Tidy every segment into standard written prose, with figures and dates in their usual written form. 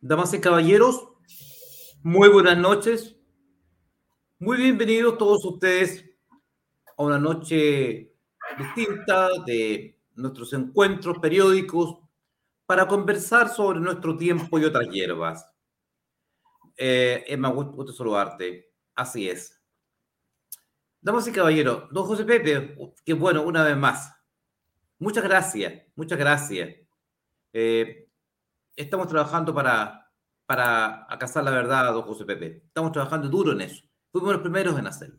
Damas y caballeros, muy buenas noches. Muy bienvenidos todos ustedes a una noche distinta de nuestros encuentros periódicos para conversar sobre nuestro tiempo y otras hierbas. Es más gusto saludarte. Así es. Damas y caballeros, don José Pepe, que bueno, una vez más. Muchas gracias, muchas gracias. Eh, Estamos trabajando para acazar la verdad, don José Pepe. Estamos trabajando duro en eso. Fuimos los primeros en hacerlo.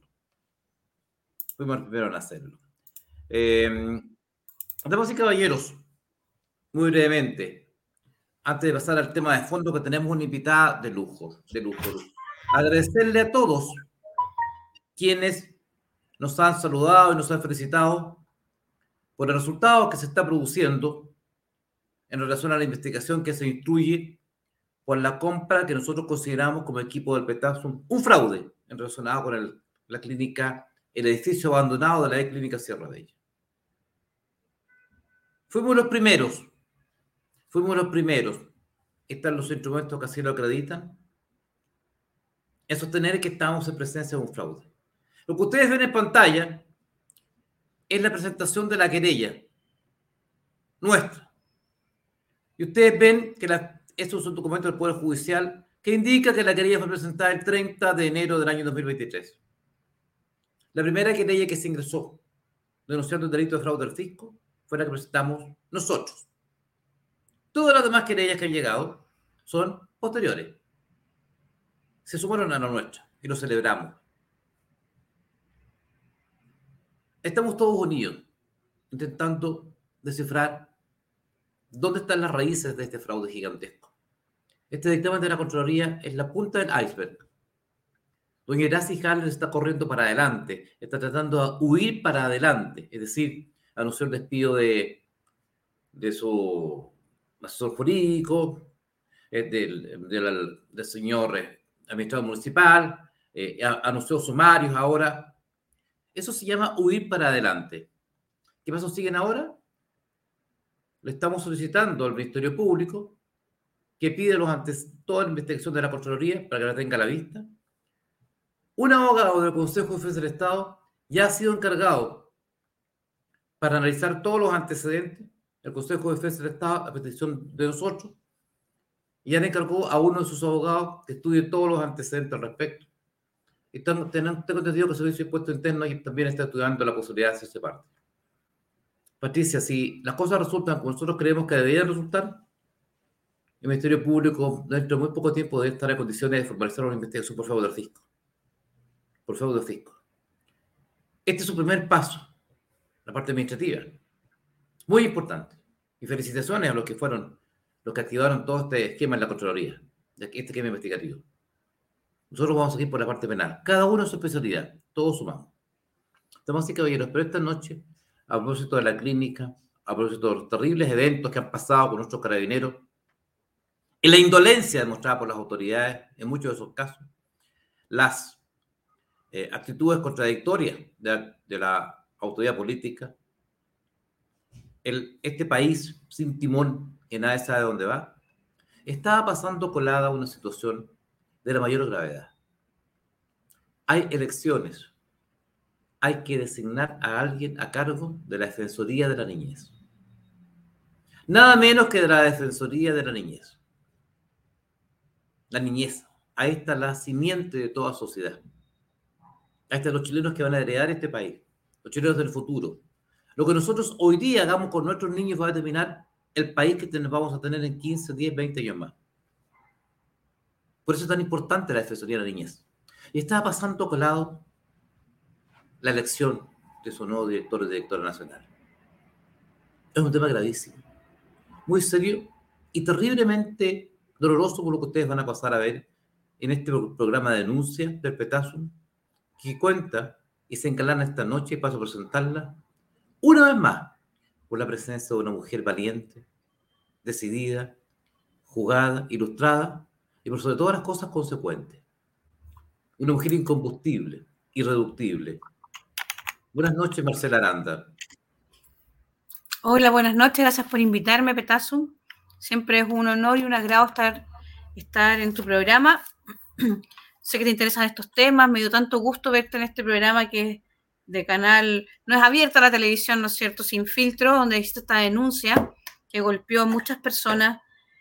Damas y caballeros, muy brevemente, antes de pasar al tema de fondo, que tenemos una invitada de lujo, de lujo. Agradecerle a todos quienes nos han saludado y nos han felicitado por el resultado que se está produciendo en relación a la investigación que se instruye por la compra que nosotros consideramos como equipo del Petasum un fraude en relacionado con la clínica, el edificio abandonado de la ex clínica Sierra de ella. Fuimos los primeros. Están los instrumentos que así lo acreditan en sostener que estamos en presencia de un fraude. Lo que ustedes ven en pantalla es la presentación de la querella nuestra. Y ustedes ven que estos son documentos del Poder Judicial que indica que la querella fue presentada el 30 de enero del año 2023. La primera querella que se ingresó denunciando el delito de fraude al fisco fue la que presentamos nosotros. Todas las demás querellas que han llegado son posteriores. Se sumaron a la nuestra y lo celebramos. Estamos todos unidos intentando descifrar dónde están las raíces de este fraude gigantesco. Este dictamen de la Contraloría es la punta del iceberg. Doña Gracie Haller está corriendo para adelante, está tratando de huir para adelante, es decir, anunció el despido de su asesor jurídico, del señor administrador municipal, anunció sumarios ahora. Eso se llama huir para adelante. ¿Qué pasos siguen ahora? Le estamos solicitando al Ministerio Público que pide toda la investigación de la Contraloría para que la tenga a la vista. Un abogado del Consejo de Defensa del Estado ya ha sido encargado para analizar todos los antecedentes. El Consejo de Defensa del Estado, a petición de nosotros, y han encargado a uno de sus abogados que estudie todos los antecedentes al respecto. Y tengo entendido que el Servicio de Impuestos Internos también está estudiando la posibilidad de hacerse parte. Patricia, si las cosas resultan como nosotros creemos que deberían resultar, el Ministerio Público dentro de muy poco tiempo debe estar en condiciones de formalizar una investigación por fraude del fisco. Por fraude del fisco. Este es su primer paso, la parte administrativa. Muy importante. Y felicitaciones a los que fueron los que activaron todo este esquema en la Contraloría, este esquema investigativo. Nosotros vamos a seguir por la parte penal. Cada uno en su especialidad. Todos sumamos. Damas y caballeros, pero esta noche, a propósito de la clínica, a propósito de los terribles eventos que han pasado con nuestros carabineros, y la indolencia demostrada por las autoridades en muchos de esos casos, las actitudes contradictorias de la autoridad política, este país sin timón, que nadie sabe dónde va, estaba pasando colada una situación de la mayor gravedad. Hay elecciones. Hay que designar a alguien a cargo de la Defensoría de la Niñez. Nada menos que de la Defensoría de la Niñez. La niñez. Ahí está la simiente de toda sociedad. Ahí están los chilenos que van a heredar este país. Los chilenos del futuro. Lo que nosotros hoy día hagamos con nuestros niños va a determinar el país que vamos a tener en 15, 10, 20 años más. Por eso es tan importante la Defensoría de la Niñez. Y estaba pasando colado la elección de su nuevo director y directora nacional. Es un tema gravísimo, muy serio y terriblemente doloroso por lo que ustedes van a pasar a ver en este programa de denuncia del Petasum, que cuenta y se encalana esta noche, y paso a presentarla, una vez más, por la presencia de una mujer valiente, decidida, jugada, ilustrada y por sobre todas las cosas consecuente. Una mujer incombustible, irreductible. Buenas noches, Marcela Aranda. Hola, buenas noches, gracias por invitarme, Petasum. Siempre es un honor y un agrado estar estar en tu programa. Sé que te interesan estos temas, me dio tanto gusto verte en este programa que es de canal, no es abierta la televisión, ¿no es cierto?, Sin Filtro, donde existe esta denuncia que golpeó a muchas personas.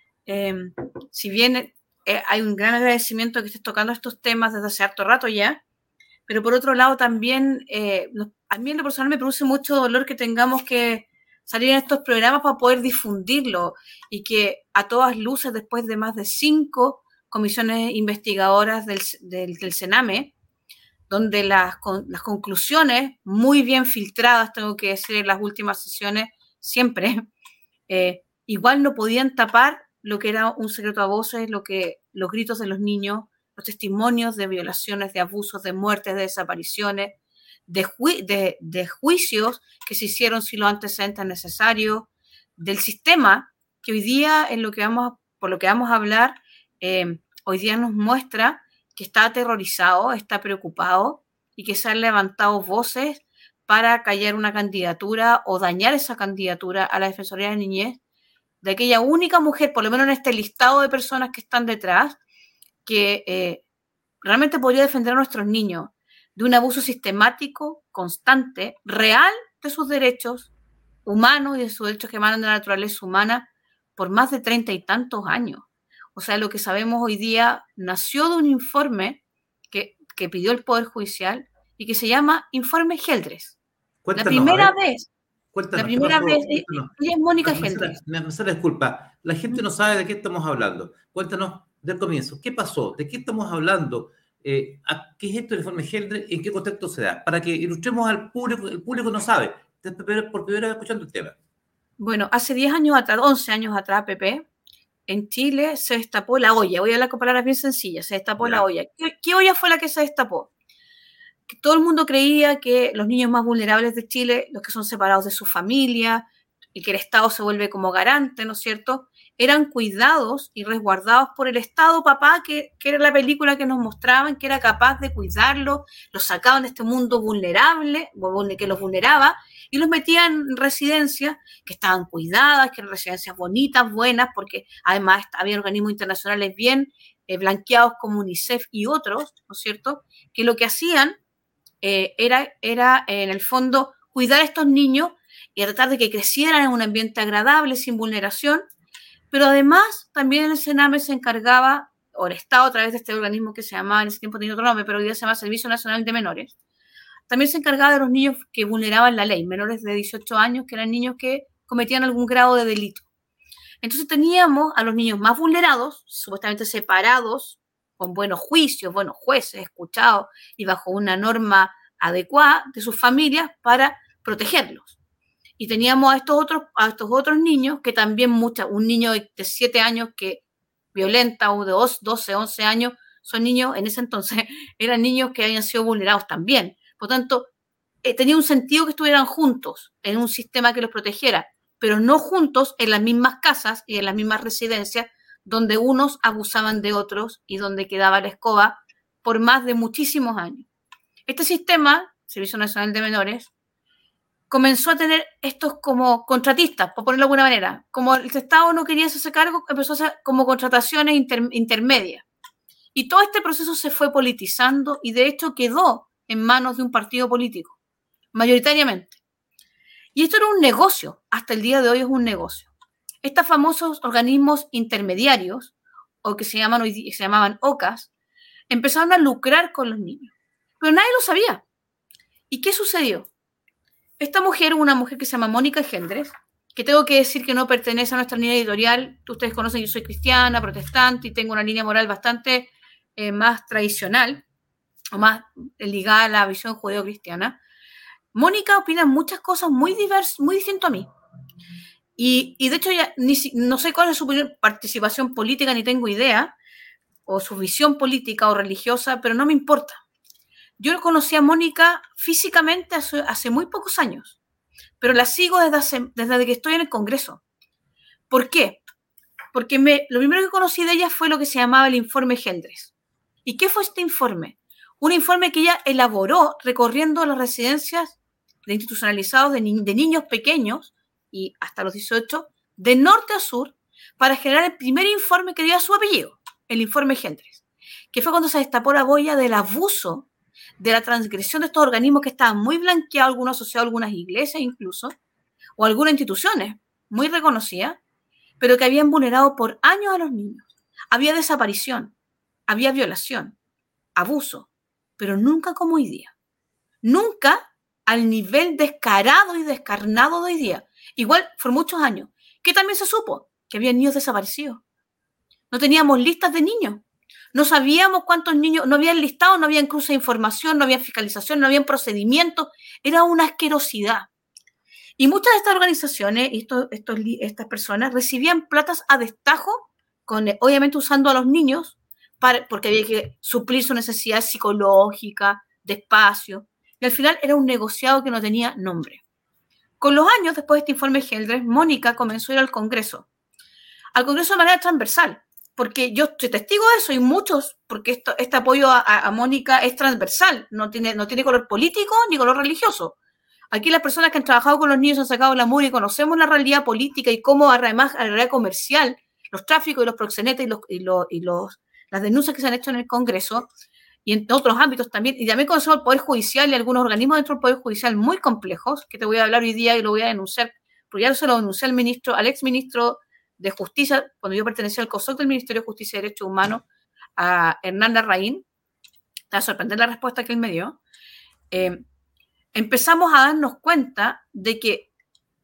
Si bien hay un gran agradecimiento que estés tocando estos temas desde hace harto rato ya, pero por otro lado también, a mí en lo personal me produce mucho dolor que tengamos que salir en estos programas para poder difundirlo y que a todas luces, después de más de 5 comisiones investigadoras del Sename, donde las conclusiones, muy bien filtradas, tengo que decir, en las últimas sesiones, siempre, igual no podían tapar lo que era un secreto a voces, los gritos de los niños, los testimonios de violaciones, de abusos, de muertes, de desapariciones, de juicios que se hicieron sin los antecedentes necesarios, del sistema que hoy día, por lo que vamos a hablar, hoy día nos muestra que está aterrorizado, está preocupado y que se han levantado voces para callar una candidatura o dañar esa candidatura a la Defensoría de la Niñez, de aquella única mujer, por lo menos en este listado de personas que están detrás, que realmente podría defender a nuestros niños de un abuso sistemático, constante, real de sus derechos humanos y de sus derechos que emanan de la naturaleza humana por más de 30 y tantos años. O sea, lo que sabemos hoy día nació de un informe que pidió el Poder Judicial y que se llama Informe Geldres. La primera vez, ella es Mónica Geldres. Me sale disculpa, la gente no sabe de qué estamos hablando. Cuéntanos del comienzo, ¿qué pasó? ¿De qué estamos hablando? ¿Qué es esto del informe Geldres? ¿En qué contexto se da? Para que ilustremos al público, el público no sabe, por primera vez escuchando el tema. Bueno, hace 10 años atrás, 11 años atrás, Pepe, en Chile se destapó la olla. Voy a hablar con palabras bien sencillas. Se destapó la olla. ¿Qué olla fue la que se destapó? Que todo el mundo creía que los niños más vulnerables de Chile, los que son separados de su familia, y que el Estado se vuelve como garante, ¿no es cierto?, eran cuidados y resguardados por el Estado, papá, que era la película que nos mostraban, que era capaz de cuidarlos, los sacaban de este mundo vulnerable, que los vulneraba, y los metían en residencias que estaban cuidadas, que eran residencias bonitas, buenas, porque además había organismos internacionales bien blanqueados como UNICEF y otros, ¿no es cierto?, que lo que hacían era en el fondo cuidar a estos niños y tratar de que crecieran en un ambiente agradable, sin vulneración, pero además también el Sename se encargaba, o el Estado a través de este organismo que se llamaba, en ese tiempo tenía otro nombre, pero hoy día se llama Servicio Nacional de Menores, también se encargaba de los niños que vulneraban la ley, menores de 18 años, que eran niños que cometían algún grado de delito. Entonces teníamos a los niños más vulnerados, supuestamente separados, con buenos juicios, buenos jueces, escuchados y bajo una norma adecuada de sus familias para protegerlos. Y teníamos a estos otros niños que también un niño de 7 años que violenta, o de 12, 11 años, son niños, en ese entonces, eran niños que habían sido vulnerados también. Por tanto, tenía un sentido que estuvieran juntos en un sistema que los protegiera, pero no juntos en las mismas casas y en las mismas residencias donde unos abusaban de otros y donde quedaba la escoba por más de muchísimos años. Este sistema, Servicio Nacional de Menores, comenzó a tener estos como contratistas, por ponerlo de alguna manera. Como el Estado no quería hacerse cargo, empezó a hacer como contrataciones intermedias. Y todo este proceso se fue politizando y de hecho quedó en manos de un partido político, mayoritariamente. Y esto era un negocio, hasta el día de hoy es un negocio. Estos famosos organismos intermediarios, o que se llamaban OCAS, empezaron a lucrar con los niños. Pero nadie lo sabía. ¿Y qué sucedió? Esta mujer, una mujer que se llama Mónica Geldres, que tengo que decir que no pertenece a nuestra línea editorial. Ustedes conocen que yo soy cristiana, protestante y tengo una línea moral bastante más tradicional o más ligada a la visión judeo-cristiana. Mónica opina muchas cosas muy diversas, muy distintas a mí. Y de hecho ya no sé cuál es su participación política, ni tengo idea, o su visión política o religiosa, pero no me importa. Yo conocí a Mónica físicamente hace muy pocos años, pero la sigo desde que estoy en el Congreso. ¿Por qué? Porque lo primero que conocí de ella fue lo que se llamaba el informe Geldres. ¿Y qué fue este informe? Un informe que ella elaboró recorriendo las residencias de institucionalizados de niños pequeños y hasta los 18, de norte a sur, para generar el primer informe que diera su apellido, el informe Gendres, que fue cuando se destapó la boya del abuso, de la transgresión de estos organismos que estaban muy blanqueados, algunos asociados a algunas iglesias incluso, o algunas instituciones muy reconocidas, pero que habían vulnerado por años a los niños. Había desaparición, había violación, abuso, pero nunca como hoy día. Nunca al nivel descarado y descarnado de hoy día. Igual por muchos años. Que también se supo que había niños desaparecidos. No teníamos listas de niños. No sabíamos cuántos niños, no habían listados, no habían cruces de información, no había fiscalización, no habían procedimientos. Era una asquerosidad. Y muchas de estas organizaciones y estas personas recibían platas a destajo, obviamente usando a los niños, porque había que suplir su necesidad psicológica, de espacio. Y al final era un negociado que no tenía nombre. Con los años, después de este informe Gendres, Mónica comenzó a ir al Congreso de manera transversal, porque yo soy testigo de eso y muchos, porque este apoyo a Mónica es transversal, no tiene color político ni color religioso. Aquí las personas que han trabajado con los niños han sacado la mugre y conocemos la realidad política y cómo además la realidad comercial, los tráficos y los proxenetas las denuncias que se han hecho en el Congreso y en otros ámbitos también. Y también conocemos el Poder Judicial y algunos organismos dentro del Poder Judicial muy complejos, que te voy a hablar hoy día y lo voy a denunciar, porque ya se lo denuncié al exministro de Justicia, cuando yo pertenecía al COSOC del Ministerio de Justicia y Derechos Humanos, a Hernán Larraín. Te va a sorprender la respuesta que él me dio. Empezamos a darnos cuenta de que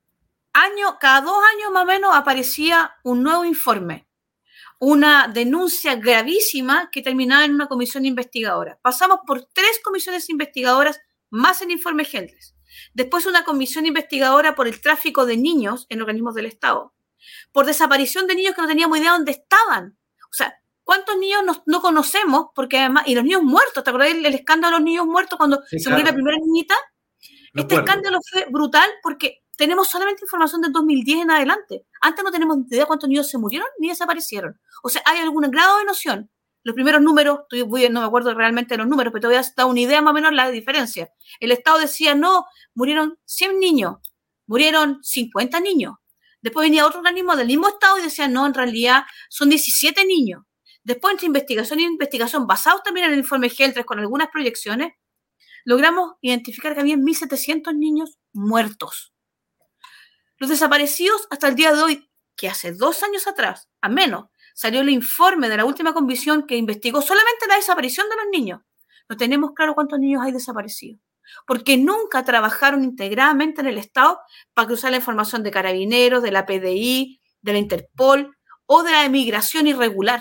cada 2 años más o menos aparecía un nuevo informe, una denuncia gravísima que terminaba en una comisión investigadora. Pasamos por 3 comisiones investigadoras más el informe Gendres. Después una comisión investigadora por el tráfico de niños en organismos del Estado. Por desaparición de niños que no teníamos idea dónde estaban. O sea, ¿cuántos niños no conocemos? Porque además, y los niños muertos, ¿te acordás del escándalo de los niños muertos cuando se murió la primera niñita? Escándalo fue brutal porque tenemos solamente información del 2010 en adelante. Antes no tenemos idea cuántos niños se murieron ni desaparecieron. O sea, hay algún grado de noción. Los primeros números, no me acuerdo realmente de los números, pero te voy a dar una idea más o menos de la diferencia. El Estado decía, no, murieron 100 niños, murieron 50 niños. Después venía otro organismo del mismo Estado y decía, no, en realidad son 17 niños. Después, entre investigación basados también en el informe Gendres con algunas proyecciones, logramos identificar que había 1.700 niños muertos. Los desaparecidos hasta el día de hoy, que hace 2 años atrás, a menos, salió el informe de la última comisión que investigó solamente la desaparición de los niños. No tenemos claro cuántos niños hay desaparecidos, porque nunca trabajaron integradamente en el Estado para cruzar la información de Carabineros, de la PDI, de la Interpol o de la emigración irregular.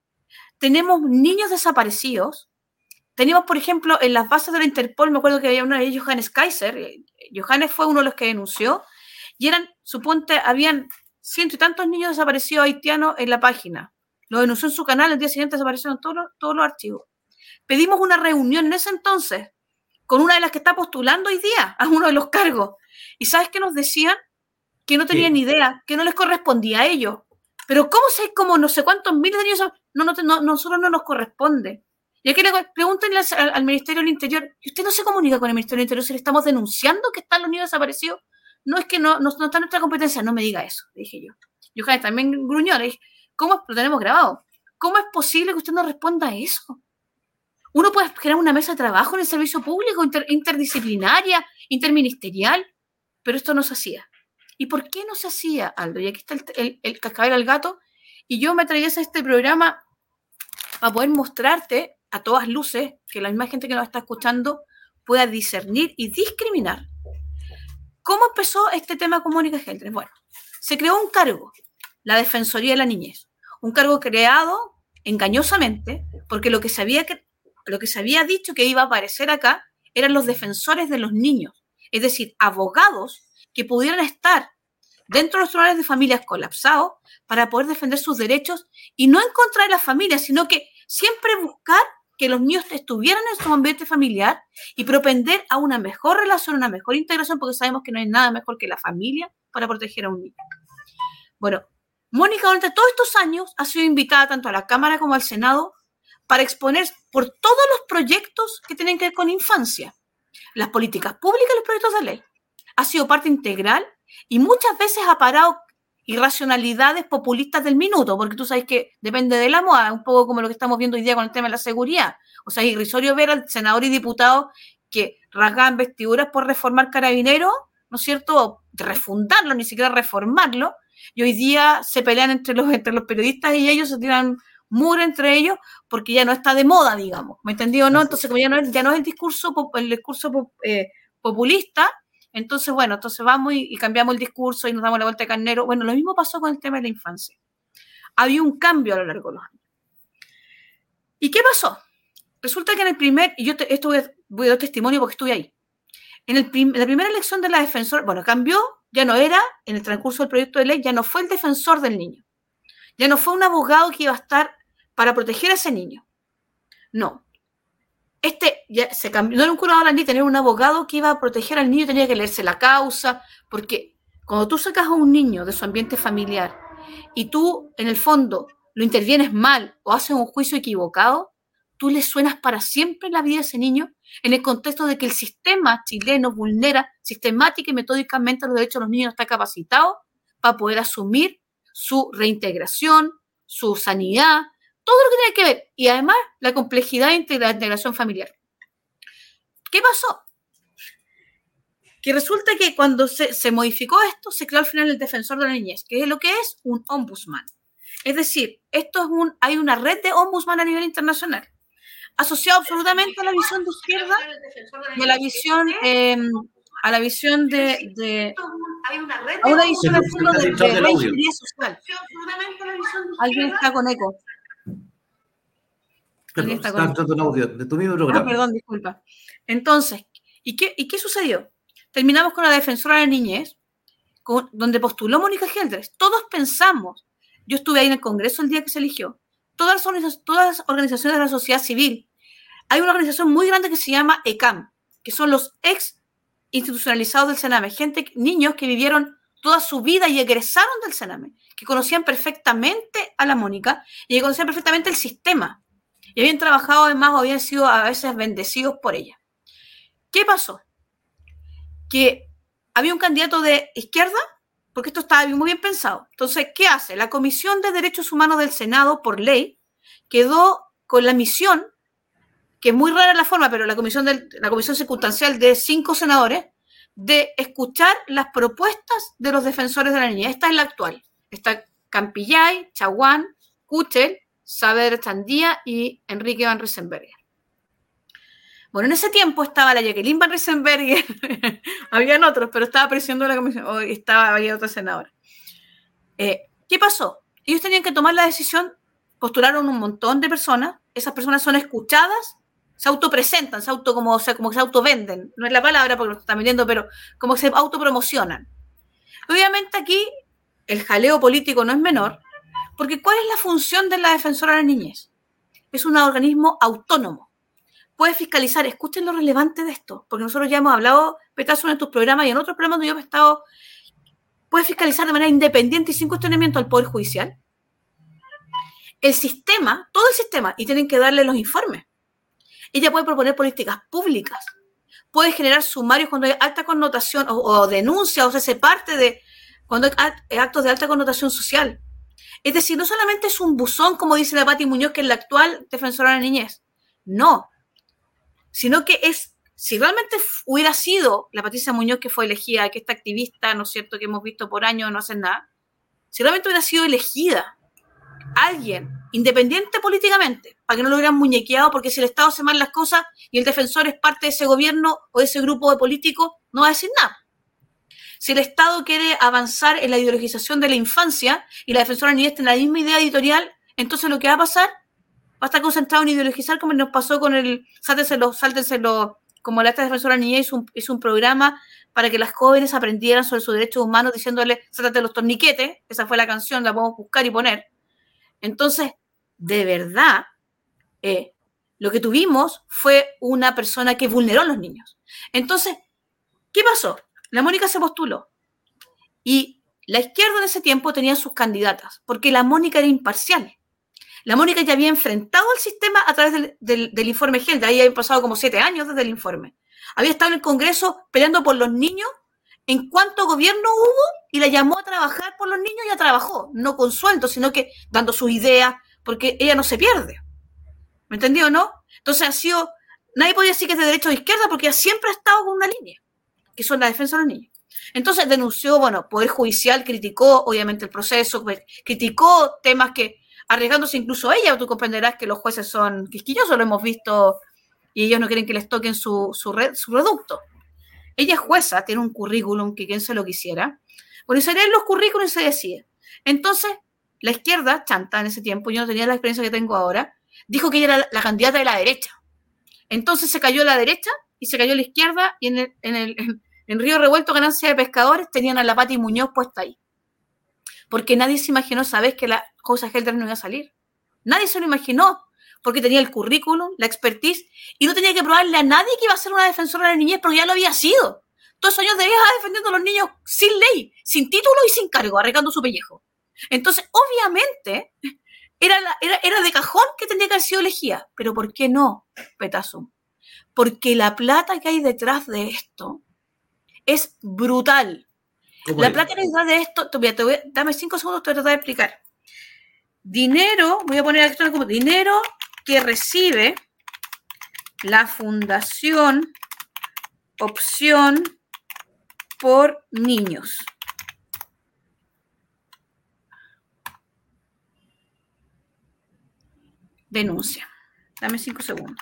Tenemos niños desaparecidos. Teníamos, por ejemplo, en las bases de la Interpol, me acuerdo que había uno de ellos, Johannes Kaiser. Johannes fue uno de los que denunció. Y habían 100 y tantos niños desaparecidos haitianos en la página. Lo denunció en su canal, el día siguiente desaparecieron todos los archivos. Pedimos una reunión en ese entonces con una de las que está postulando hoy día a uno de los cargos. ¿Y sabes qué nos decían? Que no tenían idea, que no les correspondía a ellos. Pero ¿cómo sé como no sé cuántos miles de niños? Nosotros no nos corresponde. Y aquí le pregúntenle al Ministerio del Interior, ¿y usted no se comunica con el Ministerio del Interior si le estamos denunciando que están los niños desaparecidos? No, es que no está en nuestra competencia. No me diga eso, dije yo. Johannes también gruñó, le dije, ¿cómo lo tenemos grabado? ¿Cómo es posible que usted no responda a eso? Uno puede generar una mesa de trabajo en el servicio público, interdisciplinaria, interministerial, pero esto no se hacía. ¿Y por qué no se hacía, Aldo? Y aquí está el cascabel al gato, y yo me traía a este programa para poder mostrarte a todas luces que la misma gente que nos está escuchando pueda discernir y discriminar. ¿Cómo empezó este tema con Mónica Gendres? Bueno, se creó un cargo, la Defensoría de la Niñez, un cargo creado engañosamente, porque lo que se había dicho que iba a aparecer acá eran los defensores de los niños, es decir, abogados que pudieran estar dentro de los tribunales de familias colapsados para poder defender sus derechos y no en contra de las familias, sino que siempre buscar que los niños estuvieran en su ambiente familiar y propender a una mejor relación, una mejor integración, porque sabemos que no hay nada mejor que la familia para proteger a un niño. Bueno, Mónica durante todos estos años ha sido invitada tanto a la Cámara como al Senado para exponer por todos los proyectos que tienen que ver con infancia, las políticas públicas y los proyectos de ley. Ha sido parte integral y muchas veces ha parado irracionalidades populistas del minuto, porque tú sabes que depende de la moda, un poco como lo que estamos viendo hoy día con el tema de la seguridad. O sea, es irrisorio ver al senador y diputado que rasgaban vestiduras por reformar Carabineros, ¿no es cierto? Refundarlo, ni siquiera reformarlo, y hoy día se pelean entre los periodistas y ellos se tiran muro entre ellos porque ya no está de moda, digamos, ¿me entendí o no? Entonces, como ya no es el discurso populista, entonces, bueno, entonces vamos y cambiamos el discurso y nos damos la vuelta de carnero. Bueno, lo mismo pasó con el tema de la infancia. Había un cambio a lo largo de los años. ¿Y qué pasó? Resulta que en el primer, y esto voy a dar testimonio porque estuve ahí, en la primera elección de la defensora, bueno, cambió, ya no era, en el transcurso del proyecto de ley, ya no fue el defensor del niño. Ya no fue un abogado que iba a estar para proteger a ese niño. No. Ya se cambió, no era un curador ni tener un abogado que iba a proteger al niño, tenía que leerse la causa, porque cuando tú sacas a un niño de su ambiente familiar y tú, en el fondo, lo intervienes mal o haces un juicio equivocado, tú le suenas para siempre la vida a ese niño en el contexto de que el sistema chileno vulnera sistemática y metódicamente los derechos de los niños, no está capacitado para poder asumir su reintegración, su sanidad, todo lo que tiene que ver, y además la complejidad de la integración familiar. ¿Qué pasó? Que resulta que cuando se modificó esto, se creó al final el defensor de la niñez, que es lo que es un ombudsman. Es decir, hay una red de ombudsman a nivel internacional, asociado absolutamente a la visión de izquierda y a la visión a una visión al fondo de ingeniería social. Alguien está con eco. Está entrando un audio de tu mismo programa. Perdón, disculpa. Entonces, ¿y qué sucedió? Terminamos con la defensora de la niñez, donde postuló Mónica Geldres. Todos pensamos, yo estuve ahí en el Congreso el día que se eligió, todas las organizaciones de la sociedad civil. Hay una organización muy grande que se llama ECAM, que son los ex institucionalizados del Sename, niños que vivieron toda su vida y egresaron del Sename, que conocían perfectamente a la Mónica y que conocían perfectamente el sistema. Y habían trabajado, además, o habían sido a veces bendecidos por ella. ¿Qué pasó? Que había un candidato de izquierda, porque esto estaba muy bien pensado. Entonces, ¿qué hace? La Comisión de Derechos Humanos del Senado, por ley, quedó con la misión, que es muy rara la forma, pero la comisión circunstancial de 5 senadores, de escuchar las propuestas de los defensores de la niñez. Esta es la actual. Está Campillay, Chaguán, Kuchel, Saavedra Chandía y Enrique Van Riesenberger. Bueno, en ese tiempo estaba la Jacqueline Van Riesenberger, habían otros, pero estaba presidiendo la comisión, había otra senadora. ¿Qué pasó? Ellos tenían que tomar la decisión, postularon un montón de personas, esas personas son escuchadas, se autopresentan, como que se autovenden, no es la palabra porque lo están vendiendo, pero como que se autopromocionan. Obviamente aquí el jaleo político no es menor, porque ¿cuál es la función de la defensora de la niñez? Es un organismo autónomo. Puede fiscalizar, escuchen lo relevante de esto, porque nosotros ya hemos hablado, Petazo, en tus programas y en otros programas donde yo he estado, puede fiscalizar de manera independiente y sin cuestionamiento al Poder Judicial. El sistema, todo el sistema, y tienen que darle los informes. Ella puede proponer políticas públicas, puede generar sumarios cuando hay alta connotación o denuncia, o sea, se parte de cuando hay actos de alta connotación social. Es decir, no solamente es un buzón, como dice la Pati Muñoz, que es la actual defensora de la niñez. No. Sino que si realmente hubiera sido la Patricia Muñoz que fue elegida, que esta activista, ¿no es cierto?, que hemos visto por años no hacer nada, si realmente hubiera sido elegida alguien independiente políticamente, para que no lo hubieran muñequeado, porque si el Estado hace mal las cosas y el defensor es parte de ese gobierno o de ese grupo de políticos, no va a decir nada. Si el Estado quiere avanzar en la ideologización de la infancia y la defensora de la niñez tiene la misma idea editorial, entonces lo que va a pasar va a estar concentrado en ideologizar, como nos pasó con el sáltenselo, como esta defensora de la niñez hizo un programa para que las jóvenes aprendieran sobre sus derechos humanos, diciéndole, sáltate los torniquetes, esa fue la canción, la podemos buscar y poner. Entonces, de verdad, lo que tuvimos fue una persona que vulneró a los niños. Entonces, ¿qué pasó? La Mónica se postuló y la izquierda en ese tiempo tenía sus candidatas, porque la Mónica era imparcial. La Mónica ya había enfrentado al sistema a través del informe Geldres, ahí habían pasado como 7 años desde el informe. Había estado en el Congreso peleando por los niños en cuanto gobierno hubo y la llamó a trabajar por los niños y ya trabajó, no con sueldo, sino que dando sus ideas, porque ella no se pierde. ¿Me entendió, no? Entonces ha sido, nadie podía decir que es de derecha o de izquierda porque ella siempre ha estado con una línea, que son la defensa de los niños. Entonces denunció, bueno, Poder Judicial criticó obviamente el proceso, criticó temas que, arriesgándose incluso ella, tú comprenderás que los jueces son quisquillosos, lo hemos visto, y ellos no quieren que les toquen su producto. Ella es jueza, tiene un currículum que quien se lo quisiera. Bueno, y se leen los currículums y se decide. Entonces, la izquierda, chanta en ese tiempo, yo no tenía la experiencia que tengo ahora, dijo que ella era la candidata de la derecha. Entonces se cayó la derecha y se cayó la izquierda y en Río Revuelto, Ganancia de Pescadores, tenían a la Pati Muñoz puesta ahí. Porque nadie se imaginó esa vez que la Rosa Gelder no iba a salir. Nadie se lo imaginó, porque tenía el currículum, la expertise, y no tenía que probarle a nadie que iba a ser una defensora de la niñez, porque ya lo había sido. Todos esos años debía estar defendiendo a los niños sin ley, sin título y sin cargo, arreglando su pellejo. Entonces, obviamente, era de cajón que tendría que haber sido elegida. Pero ¿por qué no, Petazum? Porque la plata que hay detrás de esto es brutal. La plata que hay detrás de esto, dame 5 segundos, te voy a tratar de explicar. Dinero, voy a poner aquí como dinero que recibe la Fundación Opción por Niños. Denuncia. Dame 5 segundos.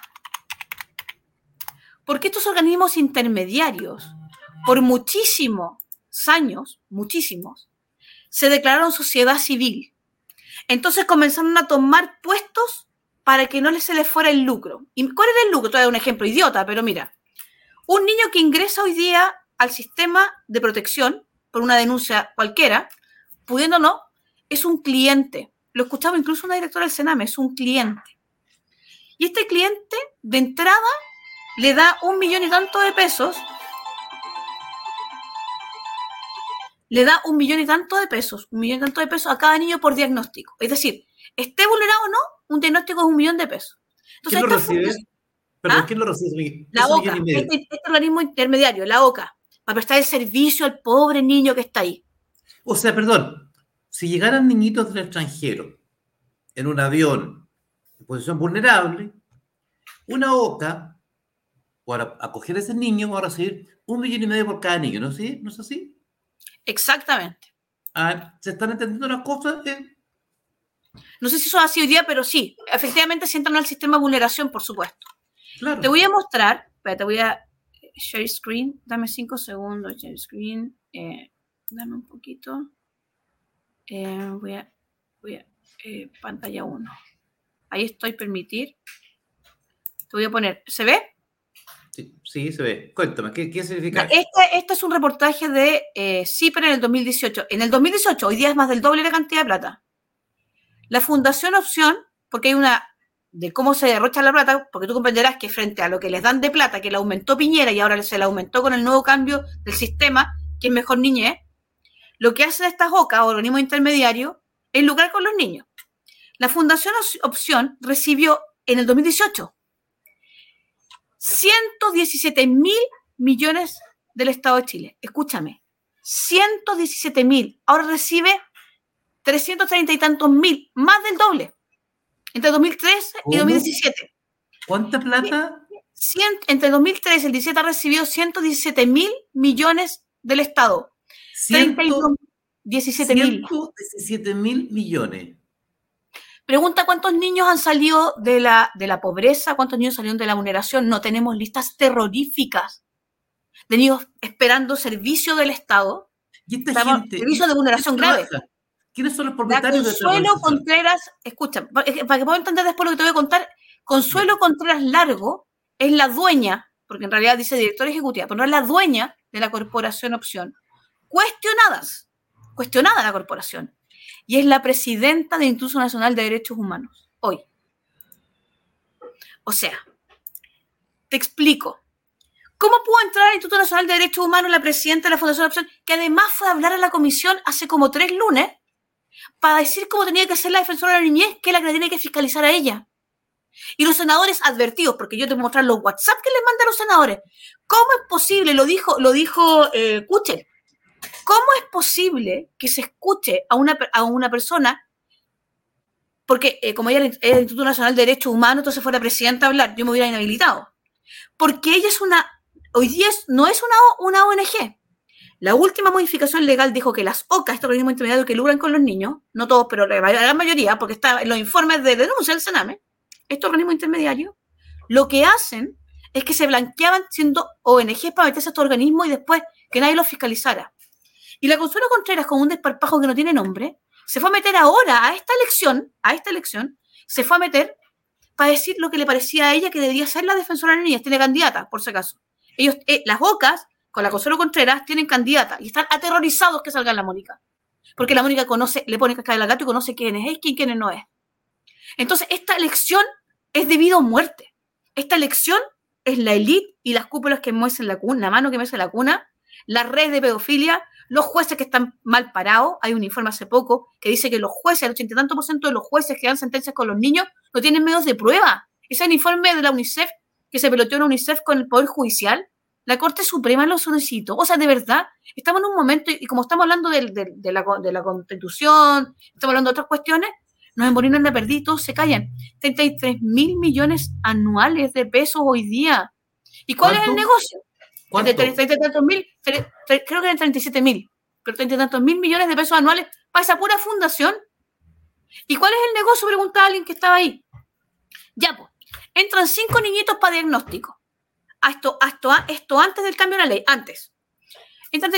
Porque estos organismos intermediarios, por muchísimos años, se declararon sociedad civil. Entonces comenzaron a tomar puestos para que no se les fuera el lucro. ¿Y cuál era el lucro? Te voy a dar un ejemplo idiota, pero mira. Un niño que ingresa hoy día al sistema de protección por una denuncia cualquiera, pudiendo o no, es un cliente. Lo escuchaba incluso una directora del Sename, es un cliente. Y este cliente, de entrada, le da 1 millón y tanto de pesos. Le da 1 millón y tanto de pesos, 1 millón y tanto de pesos a cada niño por diagnóstico. Es decir, esté vulnerado o no, un diagnóstico es 1 millón de pesos. Entonces, ¿quién lo recibe? Perdón, ¿quién lo recibe? La OCA, este organismo intermediario, la OCA, para prestar el servicio al pobre niño que está ahí. O sea, perdón, si llegaran niñitos del extranjero en un avión en posición vulnerable, una OCA, para acoger a ese niño, va a recibir 1,5 millones por cada niño, ¿no es así? Exactamente. ¿Se están entendiendo las cosas? No sé si eso es así hoy día, pero sí, efectivamente si entran al sistema de vulneración, por supuesto. Claro. Te voy a mostrar, te voy a share screen, dame 5 segundos, share screen, dame un poquito, voy a pantalla 1. Ahí estoy, permitir. Te voy a poner, ¿se ve? Sí, se ve. Cuéntame, ¿qué significa? Este es un reportaje de CIPER en el 2018. En el 2018, hoy día es más del doble de cantidad de plata. La Fundación Opción, porque hay una de cómo se derrocha la plata, porque tú comprenderás que frente a lo que les dan de plata, que le aumentó Piñera y ahora se le aumentó con el nuevo cambio del sistema, que es mejor niñez, lo que hacen estas OCA, organismos intermediarios, es lucrar con los niños. La Fundación Opción recibió en el 2018 117.000 millones del Estado de Chile. Escúchame, 117.000. Ahora recibe 330 y tantos mil, más del doble, entre 2013 y 2017. ¿Cuánta plata? Entre 2013 y el 2017 ha recibido 117.000 millones del Estado. 117.000 millones. Pregunta cuántos niños han salido de la pobreza, cuántos niños salieron de la vulneración. No tenemos listas terroríficas de niños esperando servicio del Estado. ¿Y esta gente? Servicio de vulneración grave. ¿Quiénes son los propietarios de Consuelo Contreras, escucha, para que pueda entender después lo que te voy a contar, Consuelo Contreras Largo es la dueña, porque en realidad dice directora ejecutiva, pero no es la dueña de la Corporación Opción. Cuestionada la corporación. Y es la presidenta del Instituto Nacional de Derechos Humanos, hoy. O sea, te explico. ¿Cómo pudo entrar al Instituto Nacional de Derechos Humanos la presidenta de la Fundación Opción, que además fue a hablar a la comisión hace como 3 lunes, para decir cómo tenía que ser la defensora de la niñez, que es la que tiene que fiscalizar a ella? Y los senadores advertidos, porque yo te voy a mostrar los WhatsApp que les mandan a los senadores. ¿Cómo es posible? Lo dijo Kuchel. ¿cómo es posible que se escuche a una persona? Porque como ella es del Instituto Nacional de Derechos Humanos, entonces fuera presidenta a hablar, yo me hubiera inhabilitado. Porque ella hoy día no es una ONG. La última modificación legal dijo que las OCA, este organismo intermediario que lucran con los niños, no todos, pero la gran mayoría, porque está en los informes de denuncia del Sename, estos organismos intermediarios, lo que hacen es que se blanqueaban siendo ONGs para meterse a estos organismos y después que nadie los fiscalizara. Y la Consuelo Contreras, con un desparpajo que no tiene nombre, se fue a meter ahora a esta elección, se fue a meter para decir lo que le parecía a ella que debería ser la defensora de las niñas. Tiene candidata, por si acaso. Ellos, las OCAs, con la Consuelo Contreras, tienen candidata y están aterrorizados que salga la Mónica. Porque la Mónica le pone cascabel al gato y conoce quién es y quién no es. Entonces, esta elección es de vida o muerte. Esta elección es la élite y las cúpulas que muecen la mano que muece la cuna, la red de pedofilia, los jueces que están mal parados. Hay un informe hace poco que dice que los jueces, el 80 y tanto % de los jueces que dan sentencias con los niños no tienen medios de prueba. Ese es el informe de la UNICEF que se peloteó en UNICEF con el Poder Judicial. La Corte Suprema lo solicitó. O sea, de verdad, estamos en un momento, y como estamos hablando de la Constitución, estamos hablando de otras cuestiones, nos embolinan de perdiz, todos se callan. 33.000 millones anuales de pesos hoy día. ¿Y cuál es el negocio? ¿Cuánto? Creo que eran 37.000, pero 30 y tantos mil millones de pesos anuales para esa pura fundación. ¿Y cuál es el negocio? Preguntaba alguien que estaba ahí. Ya, pues, entran 5 niñitos para diagnóstico. Esto antes del cambio de la ley, antes. Entran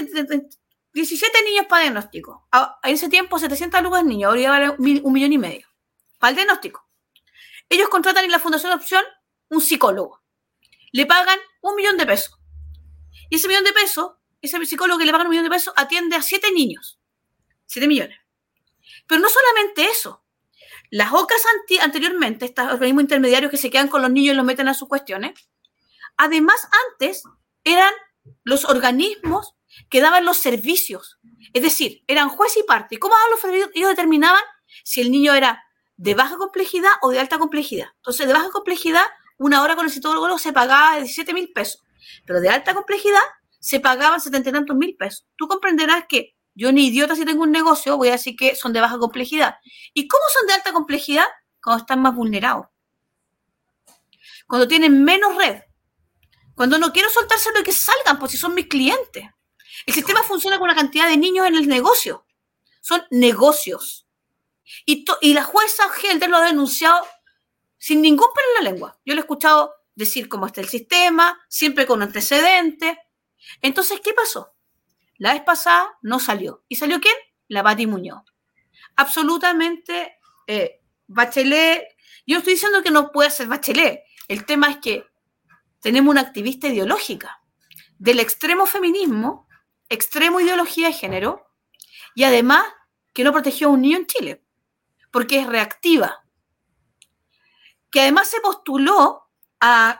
17 niños para diagnóstico. En ese tiempo, 700 lucas niños, ahora ya vale 1,5 millones para el diagnóstico. Ellos contratan en la Fundación Opción un psicólogo. Le pagan 1 millón de pesos. Y ese millón de pesos, ese psicólogo que le pagan 1 millón de pesos, atiende a 7 niños. 7 millones. Pero no solamente eso. Las OCAs anteriormente, estos organismos intermediarios que se quedan con los niños y los meten a sus cuestiones, además antes eran los organismos que daban los servicios. Es decir, eran juez y parte. ¿Y cómo daban los servicios? Ellos determinaban si el niño era de baja complejidad o de alta complejidad. Entonces, de baja complejidad, 1 hora con el psicólogo se pagaba 17.000 pesos. Pero de alta complejidad se pagaban 70 y tantos mil pesos. Tú comprenderás que yo, ni idiota, si tengo un negocio, voy a decir que son de baja complejidad. ¿Y cómo son de alta complejidad? Cuando están más vulnerados. Cuando tienen menos red. Cuando no quiero soltárselo y que salgan, pues si son mis clientes. El sistema funciona con una cantidad de niños en el negocio. Son negocios. Y la jueza Helder lo ha denunciado sin ningún pelo en la lengua. Yo le he escuchado decir cómo está el sistema, siempre con antecedentes. Entonces, ¿qué pasó? La vez pasada no salió. ¿Y salió quién? La Pati Muñoz. Absolutamente Bachelet. Yo no estoy diciendo que no pueda ser Bachelet. El tema es que tenemos una activista ideológica del extremo feminismo, extremo ideología de género, y además que no protegió a un niño en Chile, porque es reactiva. Que además se postuló a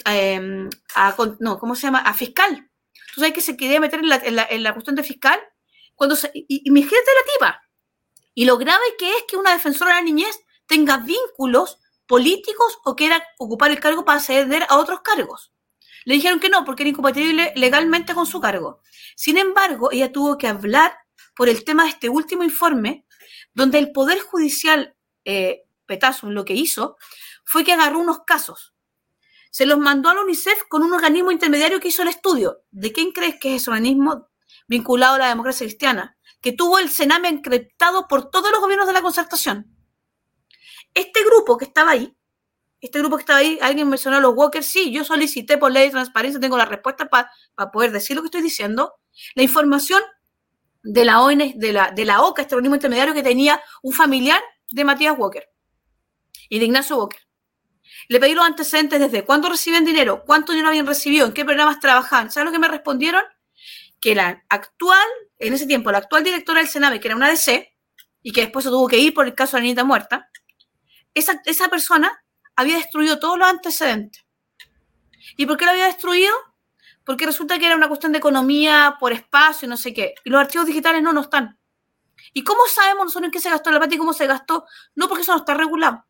fiscal. Tú sabes que se quería meter en la cuestión de fiscal y imagínate la tipa. Y lo grave que es que una defensora de la niñez tenga vínculos políticos o quiera ocupar el cargo para acceder a otros cargos. Le dijeron que no, porque era incompatible legalmente con su cargo. Sin embargo, ella tuvo que hablar por el tema de este último informe, donde el Poder Judicial, Petazo, lo que hizo fue que agarró unos casos. Se los mandó a la UNICEF con un organismo intermediario que hizo el estudio. ¿De quién crees que es ese organismo vinculado a la democracia cristiana? Que tuvo el Sename encriptado por todos los gobiernos de la Concertación. Este grupo que estaba ahí, alguien mencionó a los Walkers, sí, yo solicité por ley de transparencia, tengo la respuesta para poder decir lo que estoy diciendo. La información de la ONG, de la OCA, este organismo intermediario que tenía un familiar de Matías Walker y de Ignacio Walker. Le pedí los antecedentes desde cuándo reciben dinero, cuánto dinero habían recibido, en qué programas trabajaban. ¿Sabes lo que me respondieron? Que en ese tiempo, la actual directora del Sename, que era una DC, y que después se tuvo que ir por el caso de la niñita muerta, esa persona había destruido todos los antecedentes. ¿Y por qué lo había destruido? Porque resulta que era una cuestión de economía, por espacio, no sé qué. Y los archivos digitales no están. ¿Y cómo sabemos nosotros en qué se gastó la plata y cómo se gastó? No, porque eso no está regulado.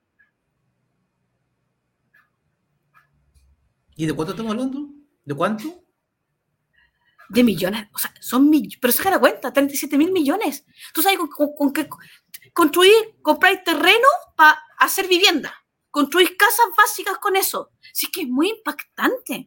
¿Y de cuánto estamos hablando? ¿De cuánto? de millones, o sea, son millones, pero saca la cuenta, 37.000 millones. ¿Tú sabes con qué compráis terreno para hacer vivienda? Construís casas básicas con eso. Sí, que es muy impactante.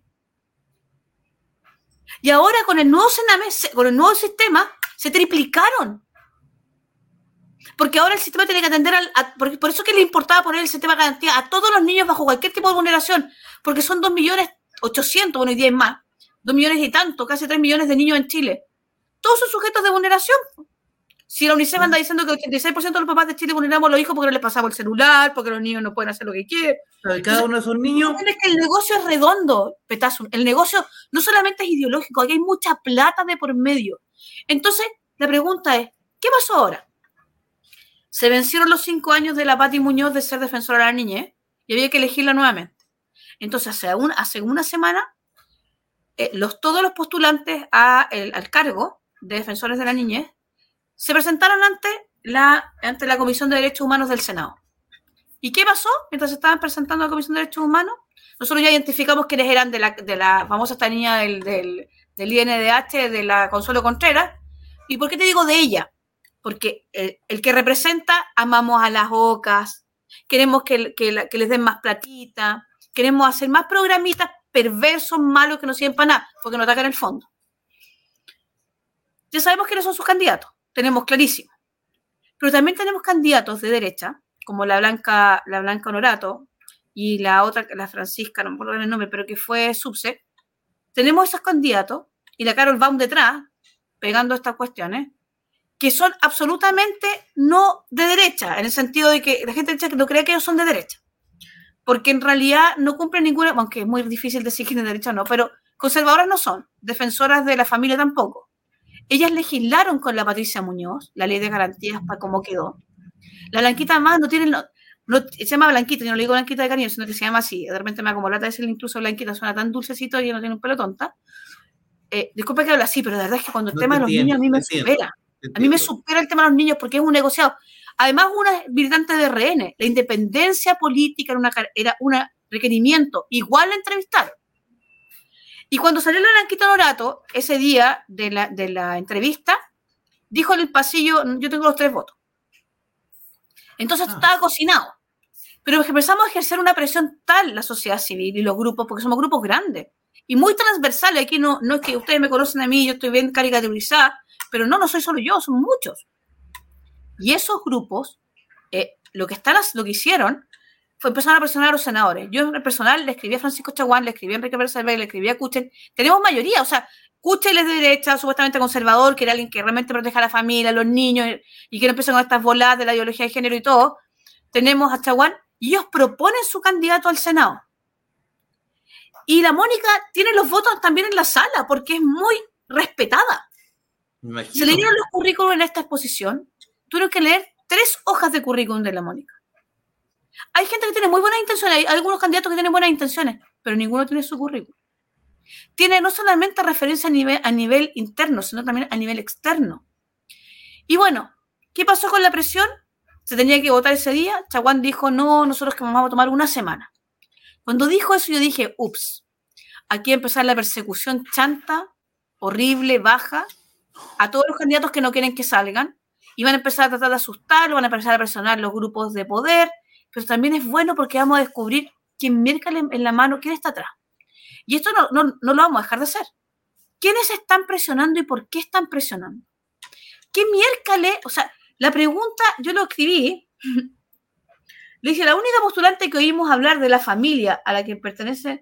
Y ahora con el nuevo sistema se triplicaron. Porque ahora el sistema tiene que atender por eso que le importaba poner el sistema de garantía a todos los niños bajo cualquier tipo de vulneración, porque son 2.800.000, bueno, y 10 más, 2 millones y tanto, casi 3 millones de niños en Chile. Todos son sujetos de vulneración. Si la UNICEF anda diciendo que el 86% de los papás de Chile vulneramos a los hijos porque no les pasamos el celular, porque los niños no pueden hacer lo que quieren. Cada uno de esos niños... Es que el negocio es redondo, Petazo. El negocio no solamente es ideológico, aquí hay mucha plata de por medio. Entonces, la pregunta es, ¿qué pasó ahora? Se vencieron los 5 años de la Pati Muñoz de ser defensora de la niñez y había que elegirla nuevamente. Entonces, hace una semana, todos los postulantes al cargo de defensores de la niñez se presentaron ante la Comisión de Derechos Humanos del Senado. ¿Y qué pasó? Mientras se estaban presentando a la Comisión de Derechos Humanos, nosotros ya identificamos quiénes eran de la famosa esta niña del INDH, de la Consuelo Contreras. ¿Y por qué te digo de ella? Porque el que representa, amamos a las ocas, queremos que les den más platita, queremos hacer más programitas perversos, malos, que no sirven para nada, porque nos atacan el fondo. Ya sabemos quiénes son sus candidatos, tenemos clarísimo. Pero también tenemos candidatos de derecha, como la Blanca Honorato y la otra, la Francisca, no me acuerdo el nombre, pero que fue subse. Tenemos esos candidatos y la Carol Baum detrás, pegando estas cuestiones, que son absolutamente no de derecha, en el sentido de que la gente de derecha no cree que ellos son de derecha, porque en realidad no cumplen ninguna, aunque es muy difícil decir quién es de derecha o no, pero conservadoras no son, defensoras de la familia tampoco. Ellas legislaron con la Patricia Muñoz la ley de garantías para cómo quedó. La Blanquita más no tiene, se llama Blanquita, yo no le digo Blanquita de cariño, sino que se llama así. De repente me como lata decirle incluso Blanquita, suena tan dulcecito y no tiene un pelo tonta. Disculpa que hable así, pero de verdad es que cuando el tema de los niños a mí me supera. A mí me supera el tema de los niños porque es un negociado. Además, una militante de RN, la independencia política era un requerimiento. Igual la entrevistaron. Y cuando salió la Blanquita Honorato, ese día de la entrevista, dijo en el pasillo, yo tengo los 3 votos. Entonces estaba cocinado. Pero empezamos a ejercer una presión tal la sociedad civil y los grupos, porque somos grupos grandes y muy transversales. Aquí no es que ustedes me conocen a mí, yo estoy bien caricaturizada, pero no soy solo yo, son muchos. Y esos grupos, lo que hicieron fue empezar a presionar a los senadores. Yo en el personal le escribí a Francisco Chaguán, le escribí a Enrique Bersalvey, le escribí a Kuchel. Tenemos mayoría, o sea, Kuchel es de derecha, supuestamente conservador, que era alguien que realmente proteja a la familia, a los niños, y que no empiezan con estas voladas de la ideología de género y todo. Tenemos a Chaguán, y ellos proponen su candidato al Senado. Y la Mónica tiene los votos también en la sala, porque es muy respetada. Se leyeron los currículos en esta exposición, tuvieron que leer 3 hojas de currículum de la Mónica. Hay gente que tiene muy buenas intenciones, hay algunos candidatos que tienen buenas intenciones, pero ninguno tiene su currículum. Tiene no solamente referencia a nivel interno, sino también a nivel externo. Y bueno, ¿qué pasó con la presión? Se tenía que votar ese día. Chaguán dijo, no, nosotros que vamos a tomar una semana. Cuando dijo eso yo dije, ups, aquí va a empezar la persecución chanta, horrible, baja, a todos los candidatos que no quieren que salgan, y van a empezar a tratar de asustarlo, van a empezar a presionar los grupos de poder, pero también es bueno porque vamos a descubrir quién miércoles en la mano, quién está atrás. Y esto no lo vamos a dejar de hacer. ¿Quiénes están presionando y por qué están presionando? ¿Qué miércoles? O sea, la pregunta, yo lo escribí, le dije, la única postulante que oímos hablar de la familia a la que pertenecen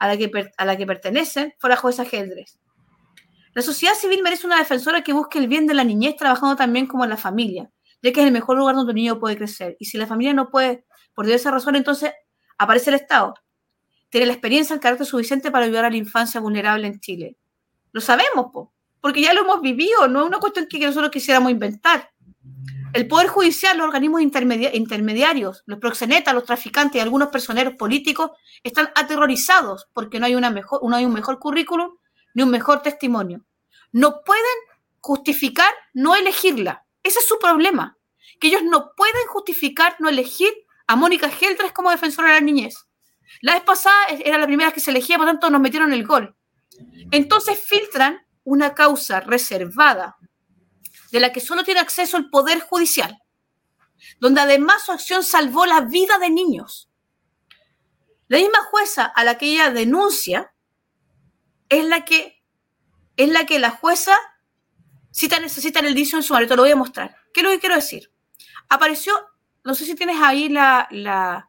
fue la jueza Geldres. La sociedad civil merece una defensora que busque el bien de la niñez trabajando también como en la familia, ya que es el mejor lugar donde un niño puede crecer. Y si la familia no puede, por diversas razones, entonces aparece el Estado. Tiene la experiencia, el carácter suficiente para ayudar a la infancia vulnerable en Chile. Lo sabemos, porque ya lo hemos vivido, no es una cuestión que nosotros quisiéramos inventar. El Poder Judicial, los organismos intermediarios, los proxenetas, los traficantes y algunos personeros políticos están aterrorizados porque no hay un mejor currículum ni un mejor testimonio. No pueden justificar no elegirla. Ese es su problema, que ellos no pueden justificar no elegir a Mónica Geldres como defensora de la niñez. La vez pasada era la primera que se elegía, por tanto nos metieron el gol. Entonces filtran una causa reservada de la que solo tiene acceso el Poder Judicial, donde además su acción salvó la vida de niños. La misma jueza a la que ella denuncia es la que la jueza necesita en el dicho en su sumario. Te lo voy a mostrar. ¿Qué es lo que quiero decir? Apareció, no sé si tienes ahí la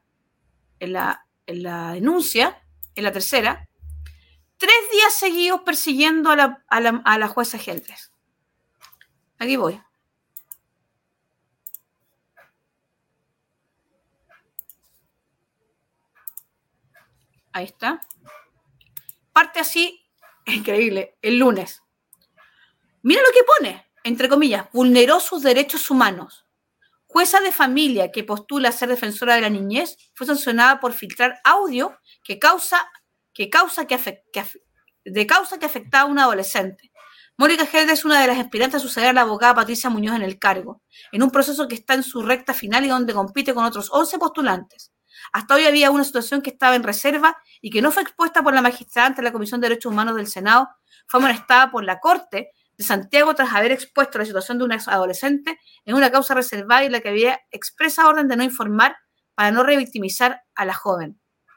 denuncia, en la tercera, 3 días seguidos persiguiendo a la jueza Geldres. Aquí voy. Ahí está. Parte así, increíble, el lunes. Mira lo que pone, entre comillas, vulneró sus derechos humanos. Jueza de familia que postula ser defensora de la niñez fue sancionada por filtrar audio que afectaba a un adolescente. Mónica Geldres es una de las aspirantes a suceder a la abogada Patricia Muñoz en el cargo, en un proceso que está en su recta final y donde compite con otros 11 postulantes. Hasta hoy había una situación que estaba en reserva y que no fue expuesta por la magistrada ante la Comisión de Derechos Humanos del Senado. Fue amonestada por la Corte de Santiago tras haber expuesto la situación de una adolescente en una causa reservada y la que había expresa orden de no informar para no revictimizar a la joven.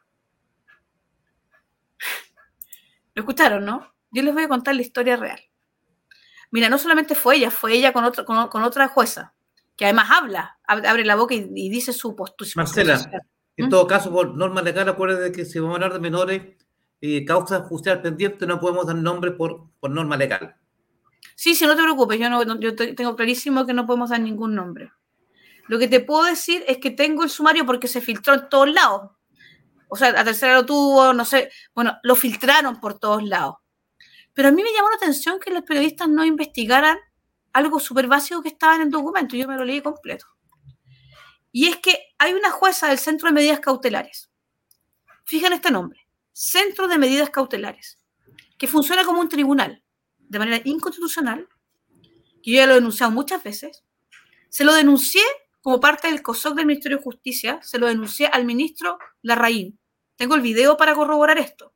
¿Lo escucharon, no? Yo les voy a contar la historia real. Mira, no solamente fue ella con otra jueza, que además abre la boca y dice su postura. Marcela, en todo caso, por norma legal, acuérdate que si vamos a hablar de menores y causas judiciales pendientes, no podemos dar nombres por norma legal. Sí, no te preocupes, yo tengo clarísimo que no podemos dar ningún nombre. Lo que te puedo decir es que tengo el sumario porque se filtró en todos lados. O sea, la tercera lo tuvo, no sé, bueno, lo filtraron por todos lados. Pero a mí me llamó la atención que los periodistas no investigaran algo súper básico que estaba en el documento. Yo me lo leí completo. Y es que hay una jueza del Centro de Medidas Cautelares. Fijan este nombre, Centro de Medidas Cautelares, que funciona como un tribunal de manera inconstitucional, que yo ya lo he denunciado muchas veces. Se lo denuncié como parte del COSOC del Ministerio de Justicia, se lo denuncié al ministro Larraín. Tengo el video para corroborar esto.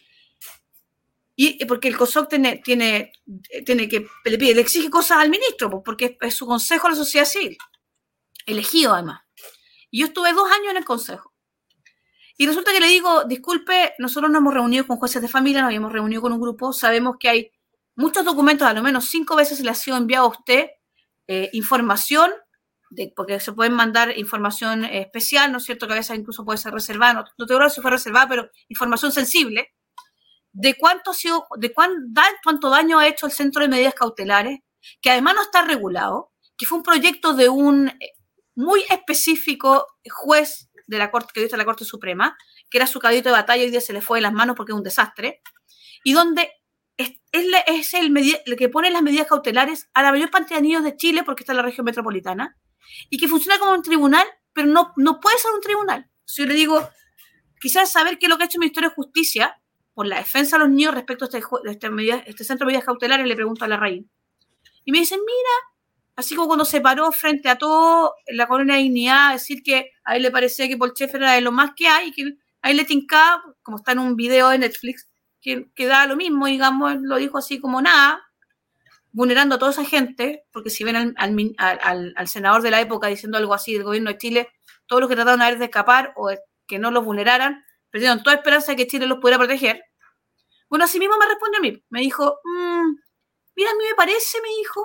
Y porque el COSOC tiene que le exige cosas al ministro, porque es su consejo a la sociedad civil, elegido además. Y yo estuve 2 años en el consejo. Y resulta que le digo, disculpe, nosotros nos hemos reunido con jueces de familia, nos habíamos reunido con un grupo, sabemos que hay muchos documentos, a lo menos 5 veces le ha sido enviado a usted información, porque se pueden mandar información especial, ¿no es cierto? Que a veces incluso puede ser reservada, no te acuerdo si fue reservada, pero información sensible, de cuánto daño ha hecho el Centro de Medidas Cautelares, que además no está regulado, que fue un proyecto de un muy específico juez de la Corte, que dice la Corte Suprema, que era su caballito de batalla y hoy día se le fue de las manos porque es un desastre, y donde es el que pone las medidas cautelares a la mayor cantidad de niños de Chile, porque está en la región metropolitana, y que funciona como un tribunal, pero no puede ser un tribunal. Si yo le digo, quisiera saber qué es lo que ha hecho el Ministerio de Justicia por la defensa de los niños respecto a este centro de medidas cautelares, le pregunto a Larraín. Y me dicen, mira, así como cuando se paró frente a todo la colonia de Dignidad, decir que a él le parecía que Polchef era de lo más que hay, y que a él le tincaba, como está en un video de Netflix, que da lo mismo, digamos, lo dijo así como nada, vulnerando a toda esa gente, porque si ven al senador de la época diciendo algo así del gobierno de Chile, todos los que trataron de escapar o que no los vulneraran, perdieron toda esperanza de que Chile los pudiera proteger. Bueno, así mismo me respondió a mí. Me dijo, mira, a mí me parece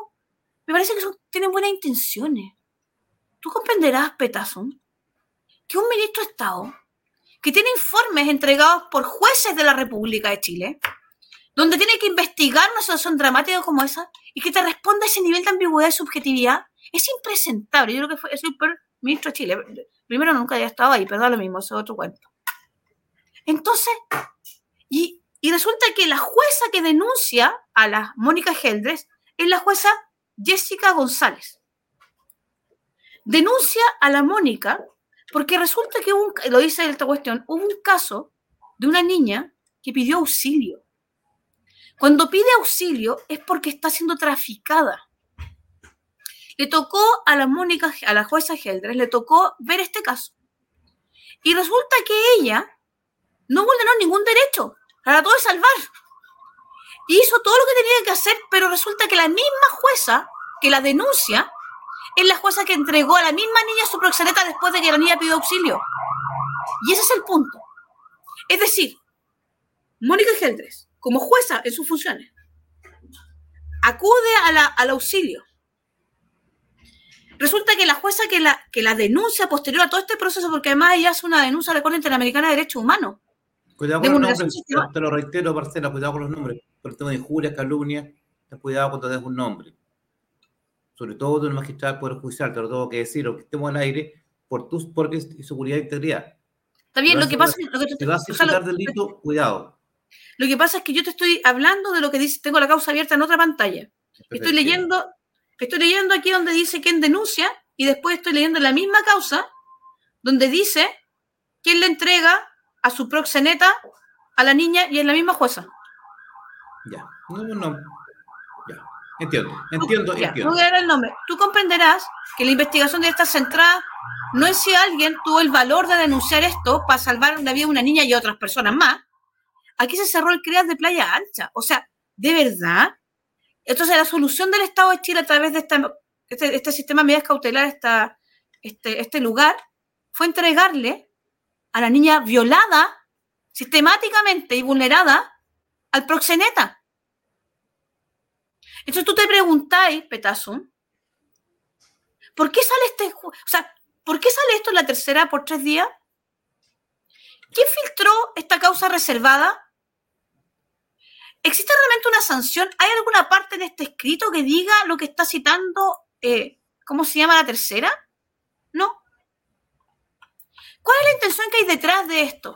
que tienen buenas intenciones. Tú comprenderás, Petazo, que un ministro de Estado que tiene informes entregados por jueces de la República de Chile, donde tiene que investigar una situación dramática como esa y que te responda a ese nivel de ambigüedad y subjetividad, es impresentable. Yo creo que es el peor ministro de Chile. Primero, nunca había estado ahí, pero da lo mismo, eso es otro cuento. Entonces, y resulta que la jueza que denuncia a la Mónica Geldres es la jueza Jessica González. Denuncia a la Mónica porque resulta que lo dice esta cuestión, hubo un caso de una niña que pidió auxilio. Cuando pide auxilio es porque está siendo traficada. Le tocó a la jueza Geldres, le tocó ver este caso. Y resulta que ella no vulneró ningún derecho, trató de salvar. Y hizo todo lo que tenía que hacer, pero resulta que la misma jueza que la denuncia es la jueza que entregó a la misma niña su proxeneta después de que la niña pidió auxilio. Y ese es el punto. Es decir, Mónica Geldres, como jueza en sus funciones, acude al auxilio. Resulta que la jueza que la denuncia posterior a todo este proceso, porque además ella hace una denuncia a la Corte Interamericana de Derechos Humanos. Cuidado con los nombres, te lo reitero, Marcela, cuidado con los nombres. Por el tema de injurias, calumnias, ten cuidado cuando des un nombre. Sobre todo de un magistrado del Poder Judicial, te lo tengo que decir, aunque estemos al aire, por tus propias seguridad e integridad. Está bien, lo que pasa es que si vas a circular delito, cuidado. Lo que pasa es que yo te estoy hablando de lo que dice, tengo la causa abierta en otra pantalla. Estoy leyendo aquí donde dice quién denuncia y después estoy leyendo la misma causa donde dice quién le entrega a su proxeneta a la niña y es la misma jueza. Ya, no. Ya, entiendo. No voy a dar el nombre. Tú comprenderás que la investigación de esta centrada no es si alguien tuvo el valor de denunciar esto para salvar la vida de una niña y otras personas más. Aquí se cerró el CREAS de Playa Ancha. O sea, ¿de verdad? Entonces, la solución del Estado de Chile a través de este sistema de medidas cautelares, este lugar, fue entregarle a la niña violada sistemáticamente y vulnerada al proxeneta. Entonces tú te preguntáis, Petazo, ¿por qué sale esto en la tercera por 3 días? ¿Quién filtró esta causa reservada? ¿Existe realmente una sanción? ¿Hay alguna parte en este escrito que diga lo que está citando, cómo se llama la tercera? No. ¿Cuál es la intención que hay detrás de esto?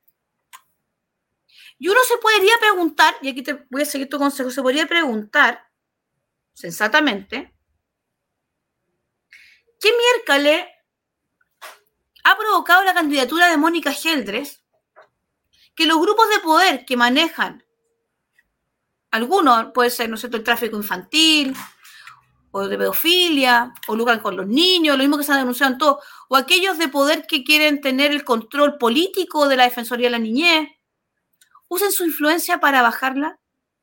Y uno se podría preguntar, y aquí te voy a seguir tu consejo, se podría preguntar sensatamente, ¿qué miércoles ha provocado la candidatura de Mónica Geldres que los grupos de poder que manejan, algunos puede ser, ¿no es cierto?, el tráfico infantil, o de pedofilia, o lucran con los niños, lo mismo que se han denunciado en todo, o aquellos de poder que quieren tener el control político de la Defensoría de la Niñez, usen su influencia para bajarla?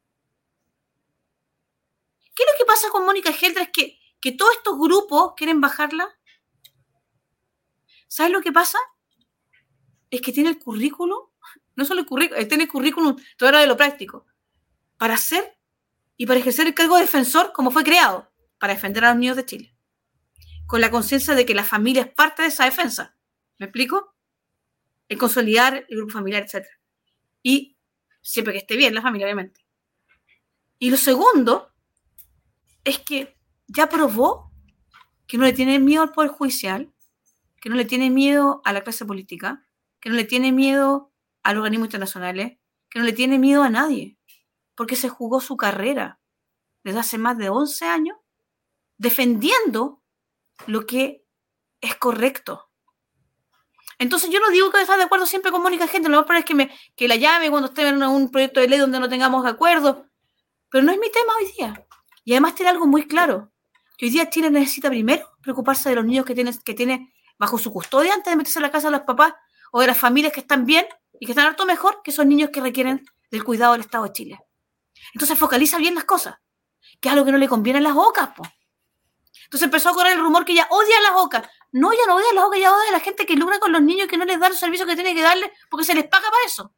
¿Qué es lo que pasa con Mónica Geldres que todos estos grupos quieren bajarla? ¿Sabes lo que pasa? Es que tiene el currículum, no solo el currículum, tiene el currículum, todo era de lo práctico, para hacer y para ejercer el cargo de defensor como fue creado, para defender a los niños de Chile, con la conciencia de que la familia es parte de esa defensa. ¿Me explico? El consolidar el grupo familiar, etc. Y siempre que esté bien la familia, obviamente. Y lo segundo es que ya probó que no le tiene miedo al Poder Judicial, que no le tiene miedo a la clase política, que no le tiene miedo a los organismos internacionales, que no le tiene miedo a nadie, porque se jugó su carrera desde hace más de 11 años defendiendo lo que es correcto. Entonces yo no digo que estar de acuerdo siempre con Mónica Geldres, lo más probable es que la llame cuando esté en un proyecto de ley donde no tengamos de acuerdo, pero no es mi tema hoy día. Y además tiene algo muy claro, que hoy día Chile necesita primero preocuparse de los niños que tiene bajo su custodia antes de meterse a la casa de los papás o de las familias que están bien y que están harto mejor que esos niños que requieren del cuidado del Estado de Chile. Entonces focaliza bien las cosas, que es algo que no le conviene a las OCAs, po. Entonces empezó a correr el rumor que ella odia a las OCAs. No, ella no odia a las OCAs, ella odia a la gente que lucra con los niños y que no les da el servicio que tiene que darles porque se les paga para eso.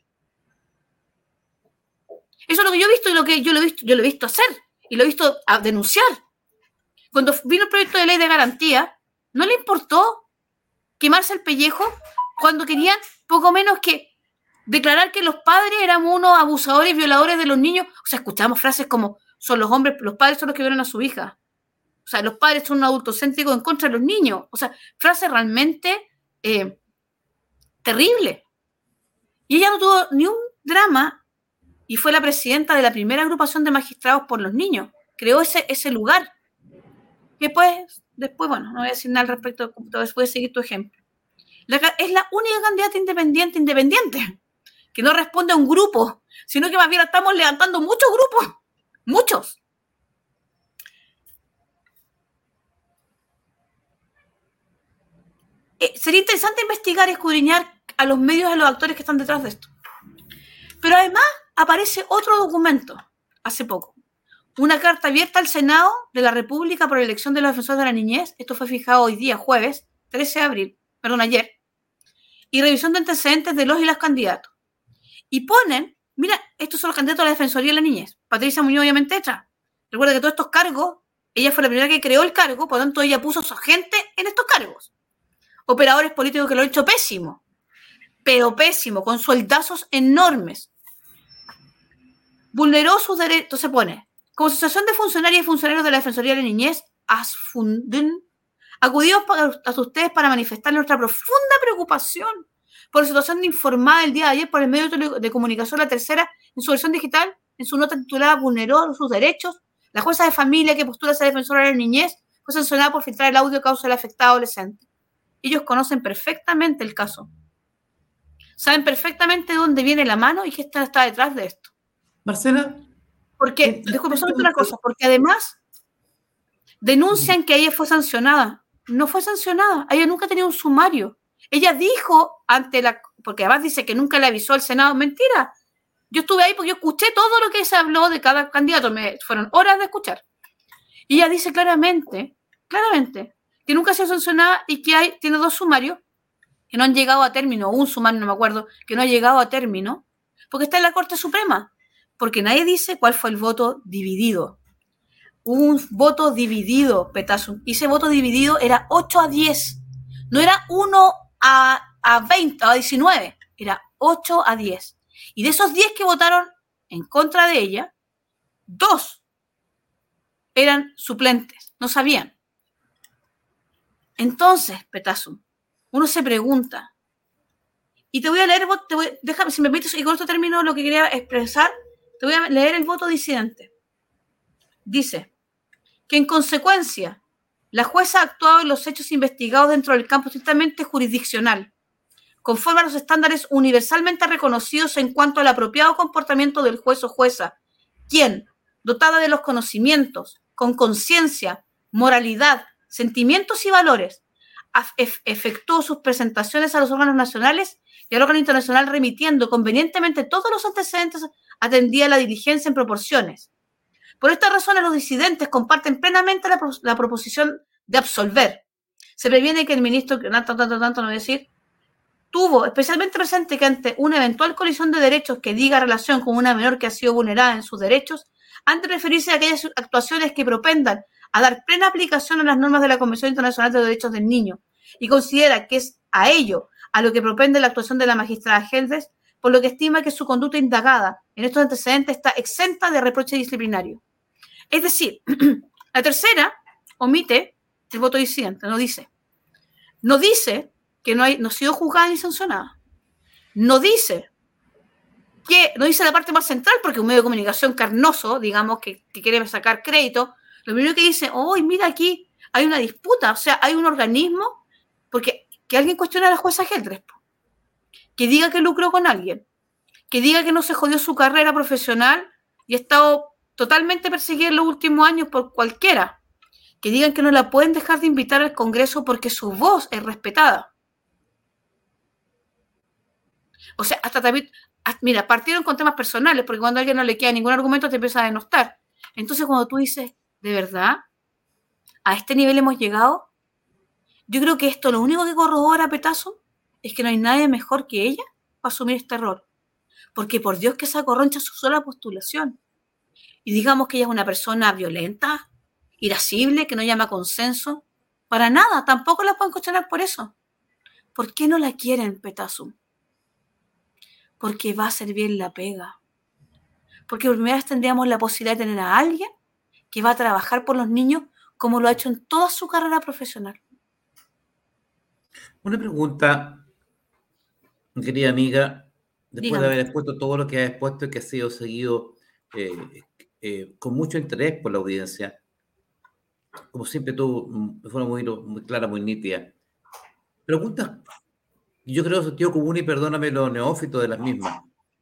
Eso es lo que yo he visto y lo que yo lo he visto hacer y lo he visto denunciar. Cuando vino el proyecto de ley de garantía, no le importó quemarse el pellejo cuando querían poco menos que declarar que los padres éramos unos abusadores y violadores de los niños. O sea, escuchamos frases como, son los hombres, los padres son los que violan a su hija. O sea, los padres son un adultocéntrico en contra de los niños. O sea, frases realmente terribles. Y ella no tuvo ni un drama y fue la presidenta de la primera agrupación de magistrados por los niños. Creó ese lugar. Que después, bueno, no voy a decir nada al respecto, voy a seguir tu ejemplo. Es la única candidata independiente, que no responde a un grupo, sino que más bien estamos levantando muchos grupos, muchos. Sería interesante investigar y escudriñar a los medios y a los actores que están detrás de esto. Pero además aparece otro documento hace poco. Una carta abierta al Senado de la República por la elección de los defensores de la niñez. Esto fue fijado hoy día, jueves, 13 de abril, perdón, ayer. Y revisión de antecedentes de los y las candidatos. Y ponen, mira, estos son los candidatos a la Defensoría de la Niñez. Patricia Muñoz, obviamente, hecha. Recuerda que todos estos cargos, ella fue la primera que creó el cargo, por lo tanto, ella puso a su gente en estos cargos. Operadores políticos que lo han hecho pésimo, pero pésimo, con sueldazos enormes. Vulneró sus derechos. Entonces pone, como asociación de funcionarias y funcionarios de la Defensoría de la Niñez, ASFUNDEN, acudimos a ustedes para manifestar nuestra profunda preocupación por la situación informada el día de ayer por el medio de comunicación La Tercera en su versión digital, en su nota titulada Vulneró sus derechos. La jueza de familia que postula ser defensora de la niñez fue sancionada por filtrar el audio causa del afectado adolescente. Ellos conocen perfectamente el caso. Saben perfectamente dónde viene la mano y qué está detrás de esto. Marcela. Porque, disculpe, solamente una cosa, porque además denuncian que ella fue sancionada. No fue sancionada, ella nunca tenía un sumario. Ella dijo porque además dice que nunca le avisó al Senado. Mentira. Yo estuve ahí porque yo escuché todo lo que se habló de cada candidato. Fueron horas de escuchar. Y ella dice claramente, que nunca ha sido sancionada y que tiene 2 sumarios que no han llegado a término, o un sumario, no me acuerdo, que no ha llegado a término, porque está en la Corte Suprema. Porque nadie dice cuál fue el voto dividido. Un voto dividido, Petazo. Y ese voto dividido era 8-10. No era 1-20 o a 19. Era 8-10. Y de esos 10 que votaron en contra de ella, 2 eran suplentes. No sabían. Entonces, Petazo, uno se pregunta. Y te voy a leer, déjame, si me permites, y con esto termino lo que quería expresar. Te voy a leer el voto disidente. Dice que en consecuencia la jueza ha actuado en los hechos investigados dentro del campo estrictamente jurisdiccional, conforme a los estándares universalmente reconocidos en cuanto al apropiado comportamiento del juez o jueza, quien, dotada de los conocimientos, con conciencia, moralidad, sentimientos y valores, efectuó sus presentaciones a los órganos nacionales y al órgano internacional remitiendo convenientemente todos los antecedentes, atendía la diligencia en proporciones. Por esta razón, los disidentes comparten plenamente la proposición de absolver. Se previene que el ministro, tanto no voy a decir, tuvo especialmente presente que ante una eventual colisión de derechos que diga relación con una menor que ha sido vulnerada en sus derechos, han de referirse a aquellas actuaciones que propendan a dar plena aplicación a las normas de la Convención Internacional de los Derechos del Niño y considera que es a ello a lo que propende la actuación de la magistrada Geldres, por lo que estima que su conducta indagada en estos antecedentes está exenta de reproche disciplinario. Es decir, la tercera omite el voto disidente, no dice que no ha sido juzgada ni sancionada, no dice la parte más central, porque un medio de comunicación carnoso, digamos, que quiere sacar crédito, lo primero que dice, mira, aquí hay una disputa, o sea, hay un organismo, porque que alguien cuestione a la jueza Geldres, que diga que lucró con alguien, que diga que no se jodió su carrera profesional y ha estado totalmente perseguida en los últimos años por cualquiera, que digan que no la pueden dejar de invitar al Congreso porque su voz es respetada. O sea, hasta también, mira, partieron con temas personales, porque cuando a alguien no le queda ningún argumento te empieza a denostar. Entonces, cuando tú dices, ¿de verdad? ¿A este nivel hemos llegado? Yo creo que esto lo único que corrobora, Petazo, es que no hay nadie mejor que ella para asumir este rol. Porque por Dios que esa corroncha su sola postulación. Y digamos que ella es una persona violenta, irascible, que no llama a consenso. Para nada, tampoco la pueden cuestionar por eso. ¿Por qué no la quieren, Petazo? Porque va a hacer bien la pega. Porque por primera vez tendríamos la posibilidad de tener a alguien que va a trabajar por los niños como lo ha hecho en toda su carrera profesional. Una pregunta, querida amiga, después de haber expuesto todo lo que has expuesto y que ha sido seguido con mucho interés por la audiencia, como siempre tú, de forma muy clara, muy nítida. Preguntas, yo creo sentido común y perdóname los neófitos de las mismas.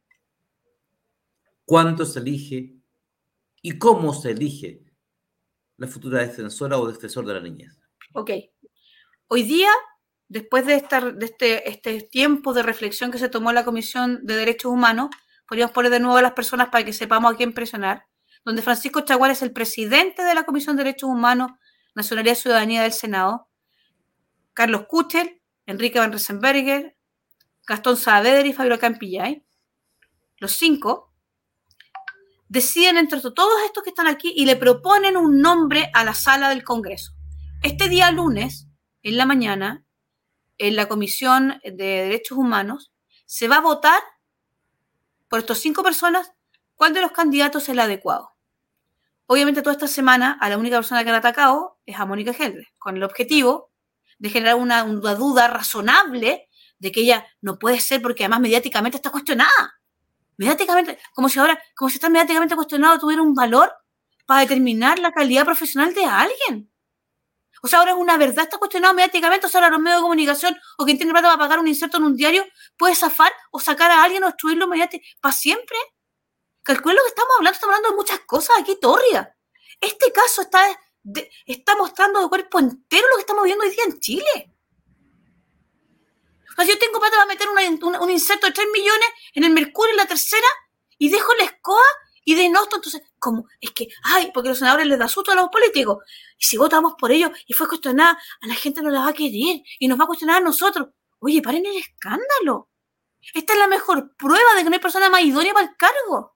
¿Cuándo se elige y cómo se elige la futura defensora o defensor de la niñez? Ok. Hoy día, después de este tiempo de reflexión que se tomó la Comisión de Derechos Humanos, podríamos poner de nuevo a las personas para que sepamos a quién presionar. donde Francisco Chaguán es el presidente de la Comisión de Derechos Humanos, Nacionalidad y Ciudadanía del Senado, Carlos Kuchel, Enrique Van Riesenberger, Gastón Saavedra y Fabiola Campillay, los 5, deciden entre todos estos que están aquí y le proponen un nombre a la sala del Congreso. Este día lunes, en la mañana, en la Comisión de Derechos Humanos, se va a votar por estos 5 personas cuál de los candidatos es el adecuado. Obviamente toda esta semana a la única persona que han atacado es a Mónica Geldres, con el objetivo de generar una duda razonable de que ella no puede ser porque además mediáticamente está cuestionada. Mediáticamente, como si estar mediáticamente cuestionado tuviera un valor para determinar la calidad profesional de alguien. O sea, ahora es una verdad, está cuestionado mediáticamente, o sea, ahora los medios de comunicación o quien tiene plata para pagar un inserto en un diario puede zafar o sacar a alguien o destruirlo mediáticamente para siempre. Calculen lo que estamos hablando de muchas cosas aquí, tórrida. Este caso está mostrando de cuerpo entero lo que estamos viendo hoy día en Chile. O sea, yo tengo plata para meter un inserto de 3 millones en el Mercurio, en la Tercera, y dejo la escoba y denosto. Entonces, como es que, porque a los senadores les da susto a los políticos. Y si votamos por ellos y fue cuestionada, a la gente no la va a querer y nos va a cuestionar a nosotros. Oye, paren el escándalo. Esta es la mejor prueba de que no hay persona más idónea para el cargo.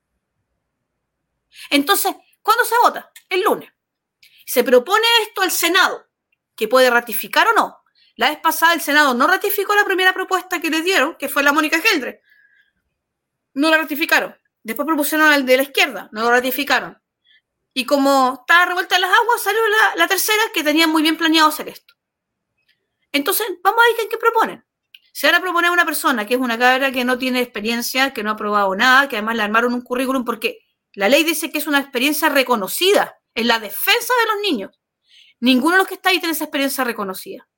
Entonces, ¿cuándo se vota? El lunes. Se propone esto al Senado, que puede ratificar o no. La vez pasada el Senado no ratificó la primera propuesta que le dieron, que fue la Mónica Geldres. No la ratificaron. Después propusieron al de la izquierda, no lo ratificaron. Y como estaba revuelta en las aguas, salió la tercera, que tenía muy bien planeado hacer esto. Entonces, vamos a ver qué proponen. Se van a proponer a una persona que es una cabra que no tiene experiencia, que no ha probado nada, que además le armaron un currículum porque la ley dice que es una experiencia reconocida en la defensa de los niños. Ninguno de los que está ahí tiene esa experiencia reconocida.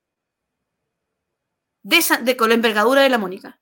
Con la envergadura de la Mónica.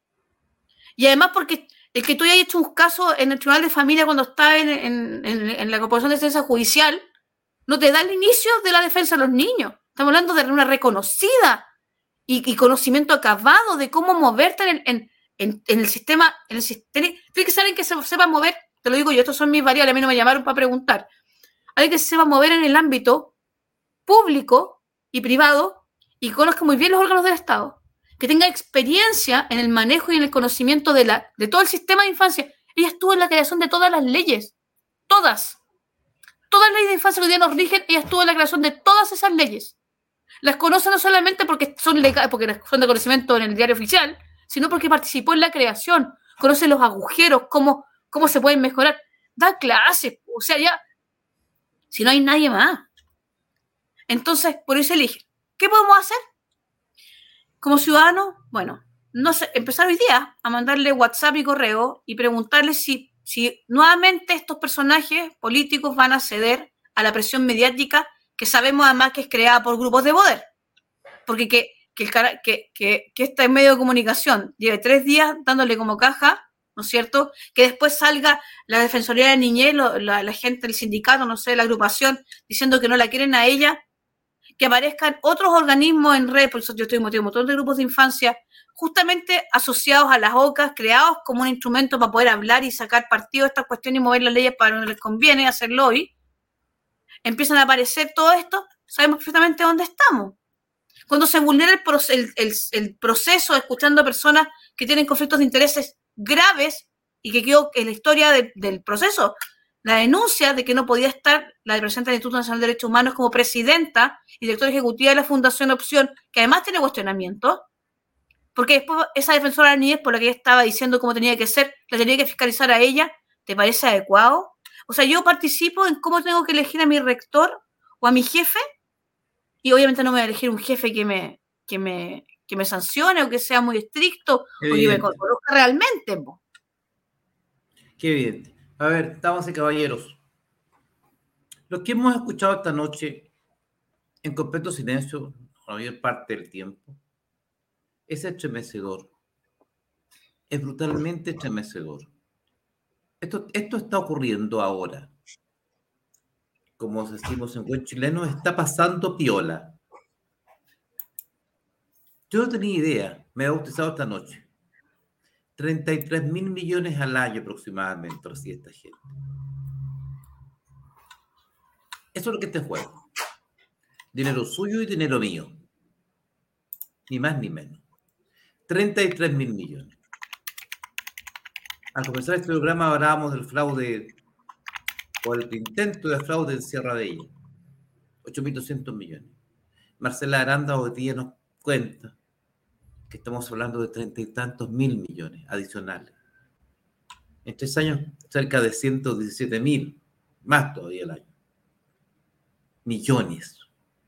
Y además porque el que tú hayas hecho un caso en el Tribunal de Familia cuando está en la Corporación de Defensa Judicial, no te da el inicio de la defensa de los niños. Estamos hablando de una reconocida y conocimiento acabado de cómo moverte en el sistema. Tiene que ser alguien que se sepa mover. Te lo digo yo, estos son mis variables, a mí no me llamaron para preguntar. Alguien que se sepa mover en el ámbito público y privado y conozca muy bien los órganos del Estado, que tenga experiencia en el manejo y en el conocimiento de todo el sistema de infancia. Ella estuvo en la creación de todas las leyes, todas las leyes de infancia que hoy día nos rigen, ella estuvo en la creación de todas esas leyes. Las conoce no solamente porque son legales, porque son de conocimiento en el diario oficial, sino porque participó en la creación, conoce los agujeros, cómo se pueden mejorar, da clases, o sea, ya, si no hay nadie más. Entonces, por eso eligen. ¿Qué podemos hacer? Como ciudadanos, bueno, no sé, empezar hoy día a mandarle WhatsApp y correo y preguntarle si nuevamente estos personajes políticos van a ceder a la presión mediática que sabemos además que es creada por grupos de poder. Porque que este medio de comunicación lleve 3 días dándole como caja, ¿no es cierto? Que después salga la Defensoría de Niñez, la gente del sindicato, no sé, la agrupación, diciendo que no la quieren a ella, que aparezcan otros organismos en red, por eso yo estoy motivando un montón de grupos de infancia, justamente asociados a las OCAs, creados como un instrumento para poder hablar y sacar partido de estas cuestiones y mover las leyes para donde les conviene hacerlo hoy. Empiezan a aparecer todo esto, sabemos perfectamente dónde estamos. Cuando se vulnera el proceso, escuchando a personas que tienen conflictos de intereses graves y que quedó en la historia del proceso, la denuncia de que no podía estar la presidenta del Instituto Nacional de Derechos Humanos como presidenta y directora ejecutiva de la Fundación Opción, que además tiene cuestionamiento, porque después esa defensora de la niñez, por la que ella estaba diciendo cómo tenía que ser, la tenía que fiscalizar a ella, ¿te parece adecuado? O sea, yo participo en cómo tengo que elegir a mi rector o a mi jefe, y obviamente no me voy a elegir un jefe que me sancione o que sea muy estricto o que me conozca realmente. Qué evidente. A ver, damas y caballeros, lo que hemos escuchado esta noche en completo silencio, la mayor parte del tiempo, es estremecedor. Es brutalmente estremecedor. Esto está ocurriendo ahora. Como decimos en buen chileno, está pasando piola. Yo no tenía idea, me he bautizado esta noche. 33.000 millones al año aproximadamente recibe esta gente. Eso es lo que está en juego. Dinero suyo y dinero mío. Ni más ni menos. 33.000 millones. Al comenzar este programa hablábamos del fraude o el intento de fraude en Sierra Bella. 8.200 millones. Marcela Aranda hoy día nos cuenta que estamos hablando de 30 y tantos mil millones adicionales. En 3 años, cerca de 117.000, más todavía el año. Millones.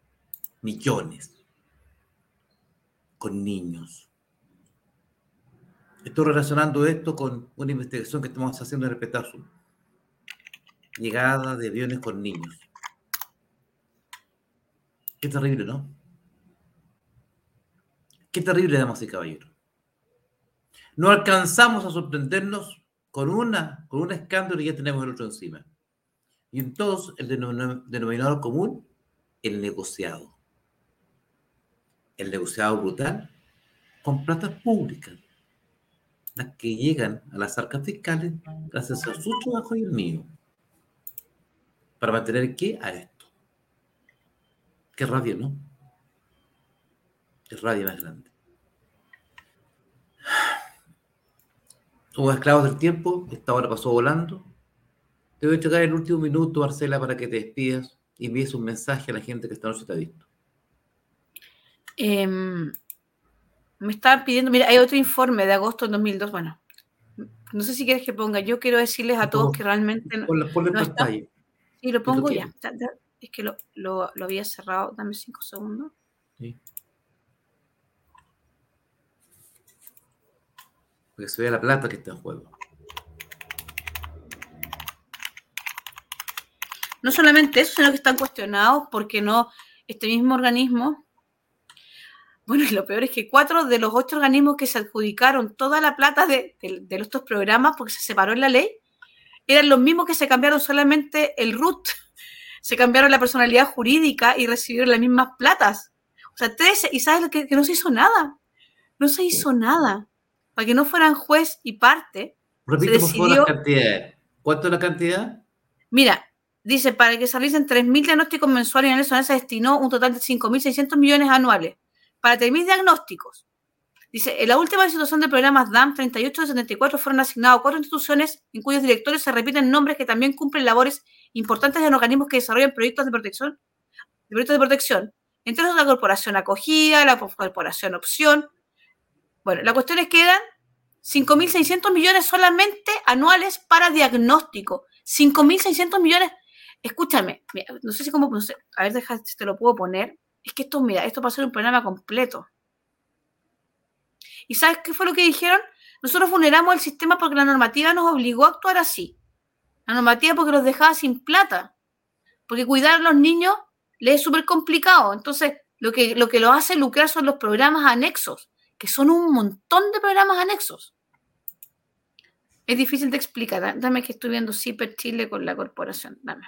Con niños. Estoy relacionando esto con una investigación que estamos haciendo en el Petazo. Llegada de aviones con niños. Qué terrible, ¿no? Qué terrible, damas y caballeros. No alcanzamos a sorprendernos con un escándalo y ya tenemos el otro encima. Y en todos el denominador común, el negociado. El negociado brutal con platas públicas, las que llegan a las arcas fiscales gracias a su trabajo y el mío. ¿Para mantener qué? A esto. Qué rabia, ¿no? Qué rabia más grande. Somos esclavos del tiempo, esta hora pasó volando. Te voy a entregar el último minuto, Marcela, para que te despidas y envíes un mensaje a la gente que esta noche te ha visto. Me estaban pidiendo, mira, hay otro informe de agosto de 2002, bueno, no sé si quieres que ponga, yo quiero decirles a todos que realmente Ponle no está. pantalla. Sí, lo pongo ya. Es que lo había cerrado, dame 5 segundos. Sí. Porque se vea la plata que está en juego. No solamente eso, sino que están cuestionados porque no, este mismo organismo, bueno, y lo peor es que 4 de los 8 organismos que se adjudicaron toda la plata de estos programas, porque se separó en la ley, eran los mismos que se cambiaron solamente el RUT, se cambiaron la personalidad jurídica y recibieron las mismas platas. O sea, 13, y ¿sabes lo que no se hizo nada? No se hizo nada. Para que no fueran juez y parte. Repite, por favor, las cantidades. ¿Cuánto es la cantidad? Mira, dice, para que se realicen 3.000 diagnósticos mensuales en el se destinó un total de 5.600 millones anuales. Para 3.000 diagnósticos. Dice, en la última situación de programas DAM, 38 de 74 fueron asignados a 4 instituciones en cuyos directores se repiten nombres que también cumplen labores importantes en organismos que desarrollan proyectos de protección. Entre ellos la Corporación Acogida, la Corporación Opción. Bueno, la cuestión es que eran 5.600 millones solamente anuales para diagnóstico. 5.600 millones. Escúchame, mira, no sé si cómo, no sé, a ver, deja si te lo puedo poner. Es que esto, mira, esto va a ser un programa completo. ¿Y sabes qué fue lo que dijeron? Nosotros vulneramos el sistema porque la normativa nos obligó a actuar así. La normativa porque los dejaba sin plata. Porque cuidar a los niños les es súper complicado. Entonces, lo que lo hace lucrar son los programas anexos, que son un montón de programas anexos. Es difícil de explicar. Dame que estoy viendo CIPER Chile con la corporación. Dame.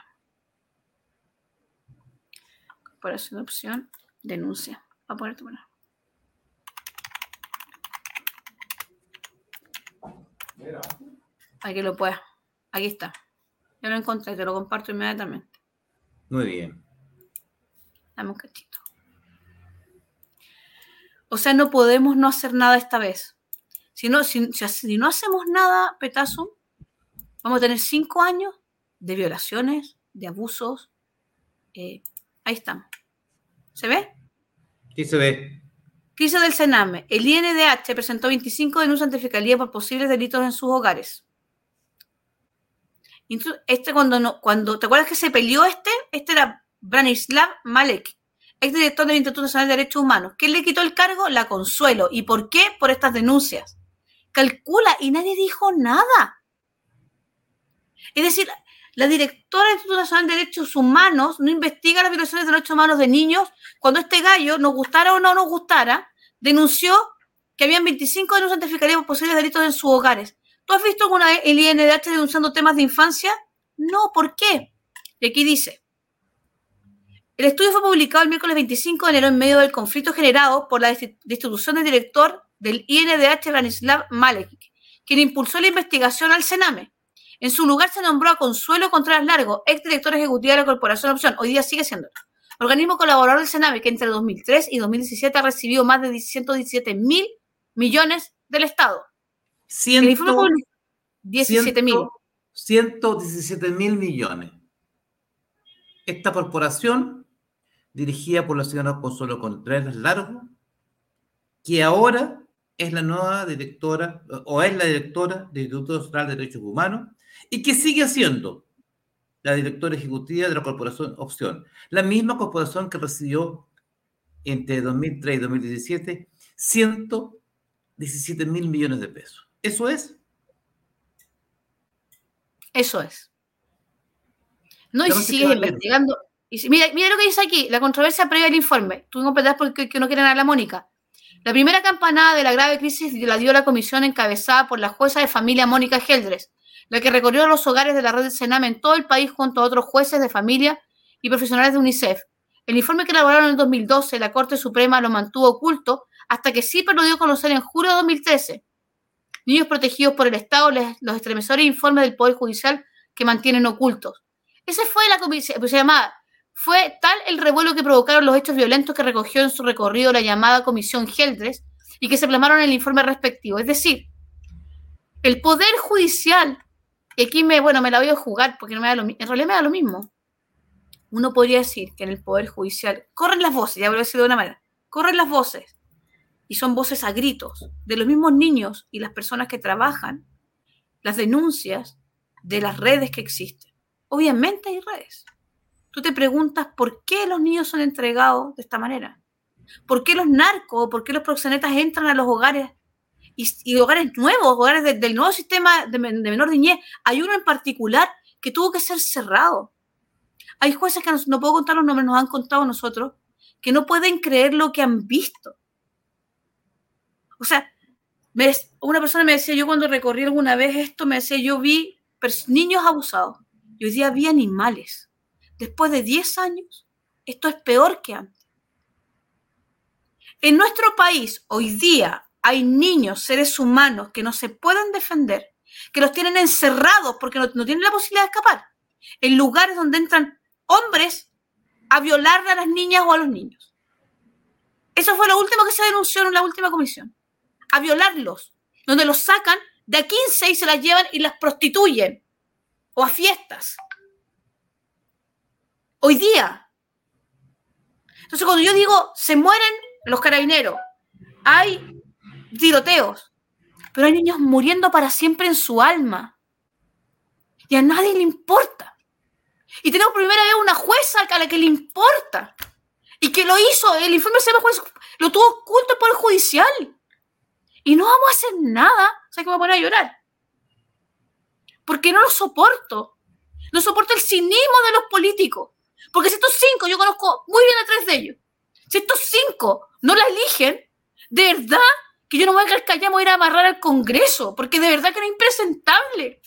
Corporación Opción, denuncia. Voy a ponerte una. Aquí lo puedas. Aquí está. Ya lo encontré, te lo comparto inmediatamente. Muy bien. Dame un cachito. O sea, no podemos no hacer nada esta vez. Si no hacemos nada, Petazo, vamos a tener 5 años de violaciones, de abusos. Ahí estamos. ¿Se ve? Sí, se ve. Crisis del Sename. El INDH presentó 25 denuncias ante Fiscalía por posibles delitos en sus hogares. Cuando ¿te acuerdas que se peleó este era Branislav Malek, exdirector del Instituto Nacional de Derechos Humanos. ¿Quién le quitó el cargo? La Consuelo. ¿Y por qué? Por estas denuncias. Calcula, y nadie dijo nada. Es decir, la directora del Instituto Nacional de Derechos Humanos no investiga las violaciones de derechos humanos de niños cuando este gallo, nos gustara o no nos gustara, denunció que habían 25 denuncias ante Fiscalía por posibles delitos en sus hogares. ¿Tú has visto alguna vez el INDH denunciando temas de infancia? No, ¿por qué? Y aquí dice, el estudio fue publicado el miércoles 25 de enero en medio del conflicto generado por la destitución del director del INDH, Branislav Malek, quien impulsó la investigación al Sename. En su lugar se nombró a Consuelo Contreras Largo, exdirectora ejecutiva de la Corporación Opción. Hoy día sigue siendo organismo colaborador del Sename, que entre 2003 y 2017 ha recibido más de 117.000 millones del Estado. El informe público, 17.000. 117.000 millones. Esta corporación, dirigida por la señora Consuelo Contreras Largo, que ahora es la nueva directora, o es la directora del Instituto Nacional de Derechos Humanos, y que sigue siendo la directora ejecutiva de la Corporación Opción, la misma corporación que recibió entre 2003 y 2017 117.000 millones de pesos. ¿Eso es? Eso es. No, y si sigues investigando. Mira lo que dice aquí, la controversia previa al informe. Tú no completas porque no quieren a la Mónica. La primera campanada de la grave crisis la dio la comisión encabezada por la jueza de familia Mónica Geldres, la que recorrió los hogares de la red del Sename en todo el país junto a otros jueces de familia y profesionales de UNICEF. El informe que elaboraron en el 2012, la Corte Suprema lo mantuvo oculto hasta que CIPER lo dio a conocer en julio de 2013. Niños protegidos por el Estado, los estremecedores informes del Poder Judicial que mantienen ocultos. Esa fue la comisión, pues se llamaba. Fue tal el revuelo que provocaron los hechos violentos que recogió en su recorrido la llamada Comisión Geldres y que se plasmaron en el informe respectivo. Es decir, el Poder Judicial, y aquí me la voy a jugar porque no me da en realidad me da lo mismo. Uno podría decir que en el Poder Judicial corren las voces, ya voy a decir de una manera, corren las voces, y son voces a gritos de los mismos niños y las personas que trabajan, las denuncias de las redes que existen. Obviamente hay redes. Tú te preguntas por qué los niños son entregados de esta manera. ¿Por qué los narcos, por qué los proxenetas entran a los hogares y hogares nuevos, hogares del nuevo sistema de menor niñez? Hay uno en particular que tuvo que ser cerrado. Hay jueces que no puedo contar los nombres, nos han contado nosotros, que no pueden creer lo que han visto. O sea, una persona me decía, yo cuando recorrí alguna vez esto, me decía, yo vi niños abusados y hoy día vi animales. Después de 10 años, esto es peor que antes. En nuestro país, hoy día, hay niños, seres humanos, que no se pueden defender, que los tienen encerrados porque no tienen la posibilidad de escapar, en lugares donde entran hombres a violar a las niñas o a los niños. Eso fue lo último que se denunció en la última comisión. A violarlos, donde los sacan de a 15 y se las llevan y las prostituyen, o a fiestas. Hoy día. Entonces, cuando yo digo, se mueren los carabineros, hay tiroteos, pero hay niños muriendo para siempre en su alma. Y a nadie le importa. Y tenemos por primera vez una jueza a la que le importa. Y que lo hizo, el informe se llama juez, lo tuvo oculto el Poder Judicial. Y no vamos a hacer nada. O sea, que me voy a poner a llorar. Porque no lo soporto. No soporto el cinismo de los políticos. Porque si estos 5, yo conozco muy bien a 3 de ellos, si estos 5 no la eligen, de verdad que yo no voy a quedar callada, voy a ir a amarrar al Congreso, porque de verdad que era impresentable.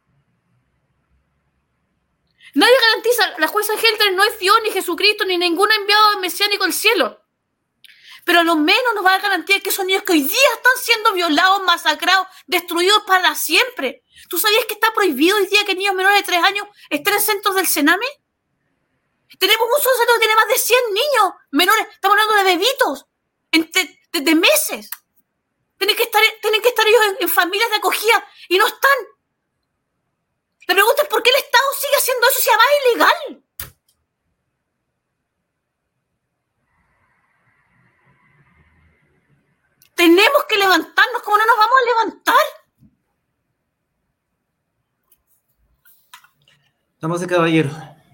Nadie garantiza, la jueza Geldres no es Dios, ni Jesucristo, ni ningún enviado mesiánico del cielo. Pero a lo menos nos va a garantizar que esos niños que hoy día están siendo violados, masacrados, destruidos para siempre. ¿Tú sabías que está prohibido hoy día que niños menores de 3 años estén en centros del Sename? Tenemos un solo centro que tiene más de 100 niños menores. Estamos hablando de bebitos, de meses. Tienen que estar ellos en familias de acogida y no están. La pregunta es por qué el Estado sigue haciendo eso si además es ilegal. Tenemos que levantarnos, ¿cómo no nos vamos a levantar? Damas y caballeros,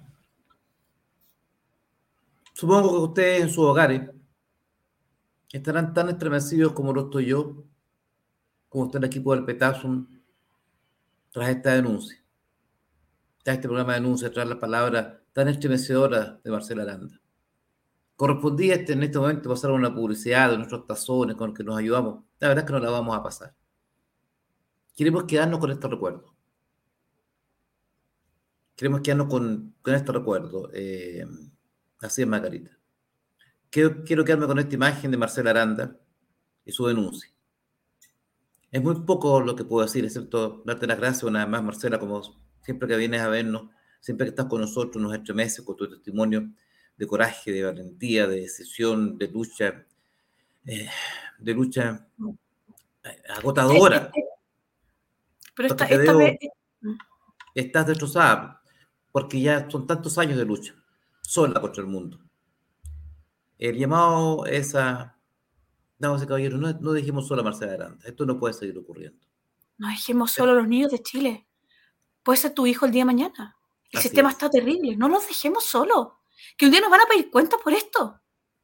supongo que ustedes en sus hogares estarán tan estremecidos como lo estoy yo, como está el equipo del Petasum, tras esta denuncia, tras este programa de denuncia, tras las palabras tan estremecedoras de Marcela Aranda. Correspondía en este momento pasar una publicidad de nuestros tazones con los que nos ayudamos. La verdad es que no la vamos a pasar. Queremos quedarnos con este recuerdo. Queremos quedarnos con este recuerdo. Así es, Margarita. Quiero quedarme con esta imagen de Marcela Aranda y su denuncia. Es muy poco lo que puedo decir, excepto darte las gracias una vez más, Marcela, como siempre que vienes a vernos, siempre que estás con nosotros, nos estremeces con tu testimonio de coraje, de valentía, de decisión, eh, de lucha Este- agotadora, este- pero porque te esta vez, veo, estás destrozada, porque ya son tantos años de lucha, sola contra el mundo. El llamado es a, damas y caballeros, no dejemos sola a Marcela Aranda, esto no puede seguir ocurriendo. no dejemos solo a los niños de Chile. Puede ser tu hijo el día de mañana. El Así sistema es, está terrible. No los dejemos solos. Que un día nos van a pedir cuentas por esto.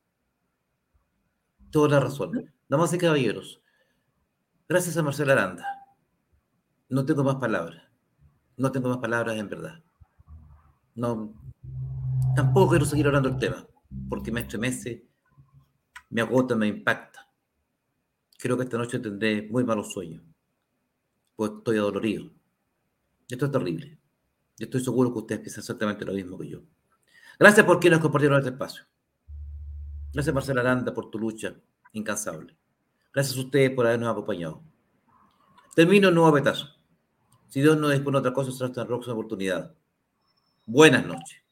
toda la razón. Damas y caballeros, gracias a Marcela Aranda, no tengo más palabras. No tengo más palabras en verdad. No, tampoco quiero seguir hablando del tema, porque me estremece, me agota, me impacta. Creo que esta noche tendré muy malos sueños, pues estoy adolorido. Esto es terrible. Yo estoy seguro que ustedes piensan exactamente lo mismo que yo. Gracias por quienes compartieron este espacio. Gracias, Marcela Aranda, por tu lucha incansable. Gracias a ustedes por habernos acompañado. Termino un nuevo petazo. Si Dios no dispone otra cosa, será esta próxima oportunidad. Buenas noches.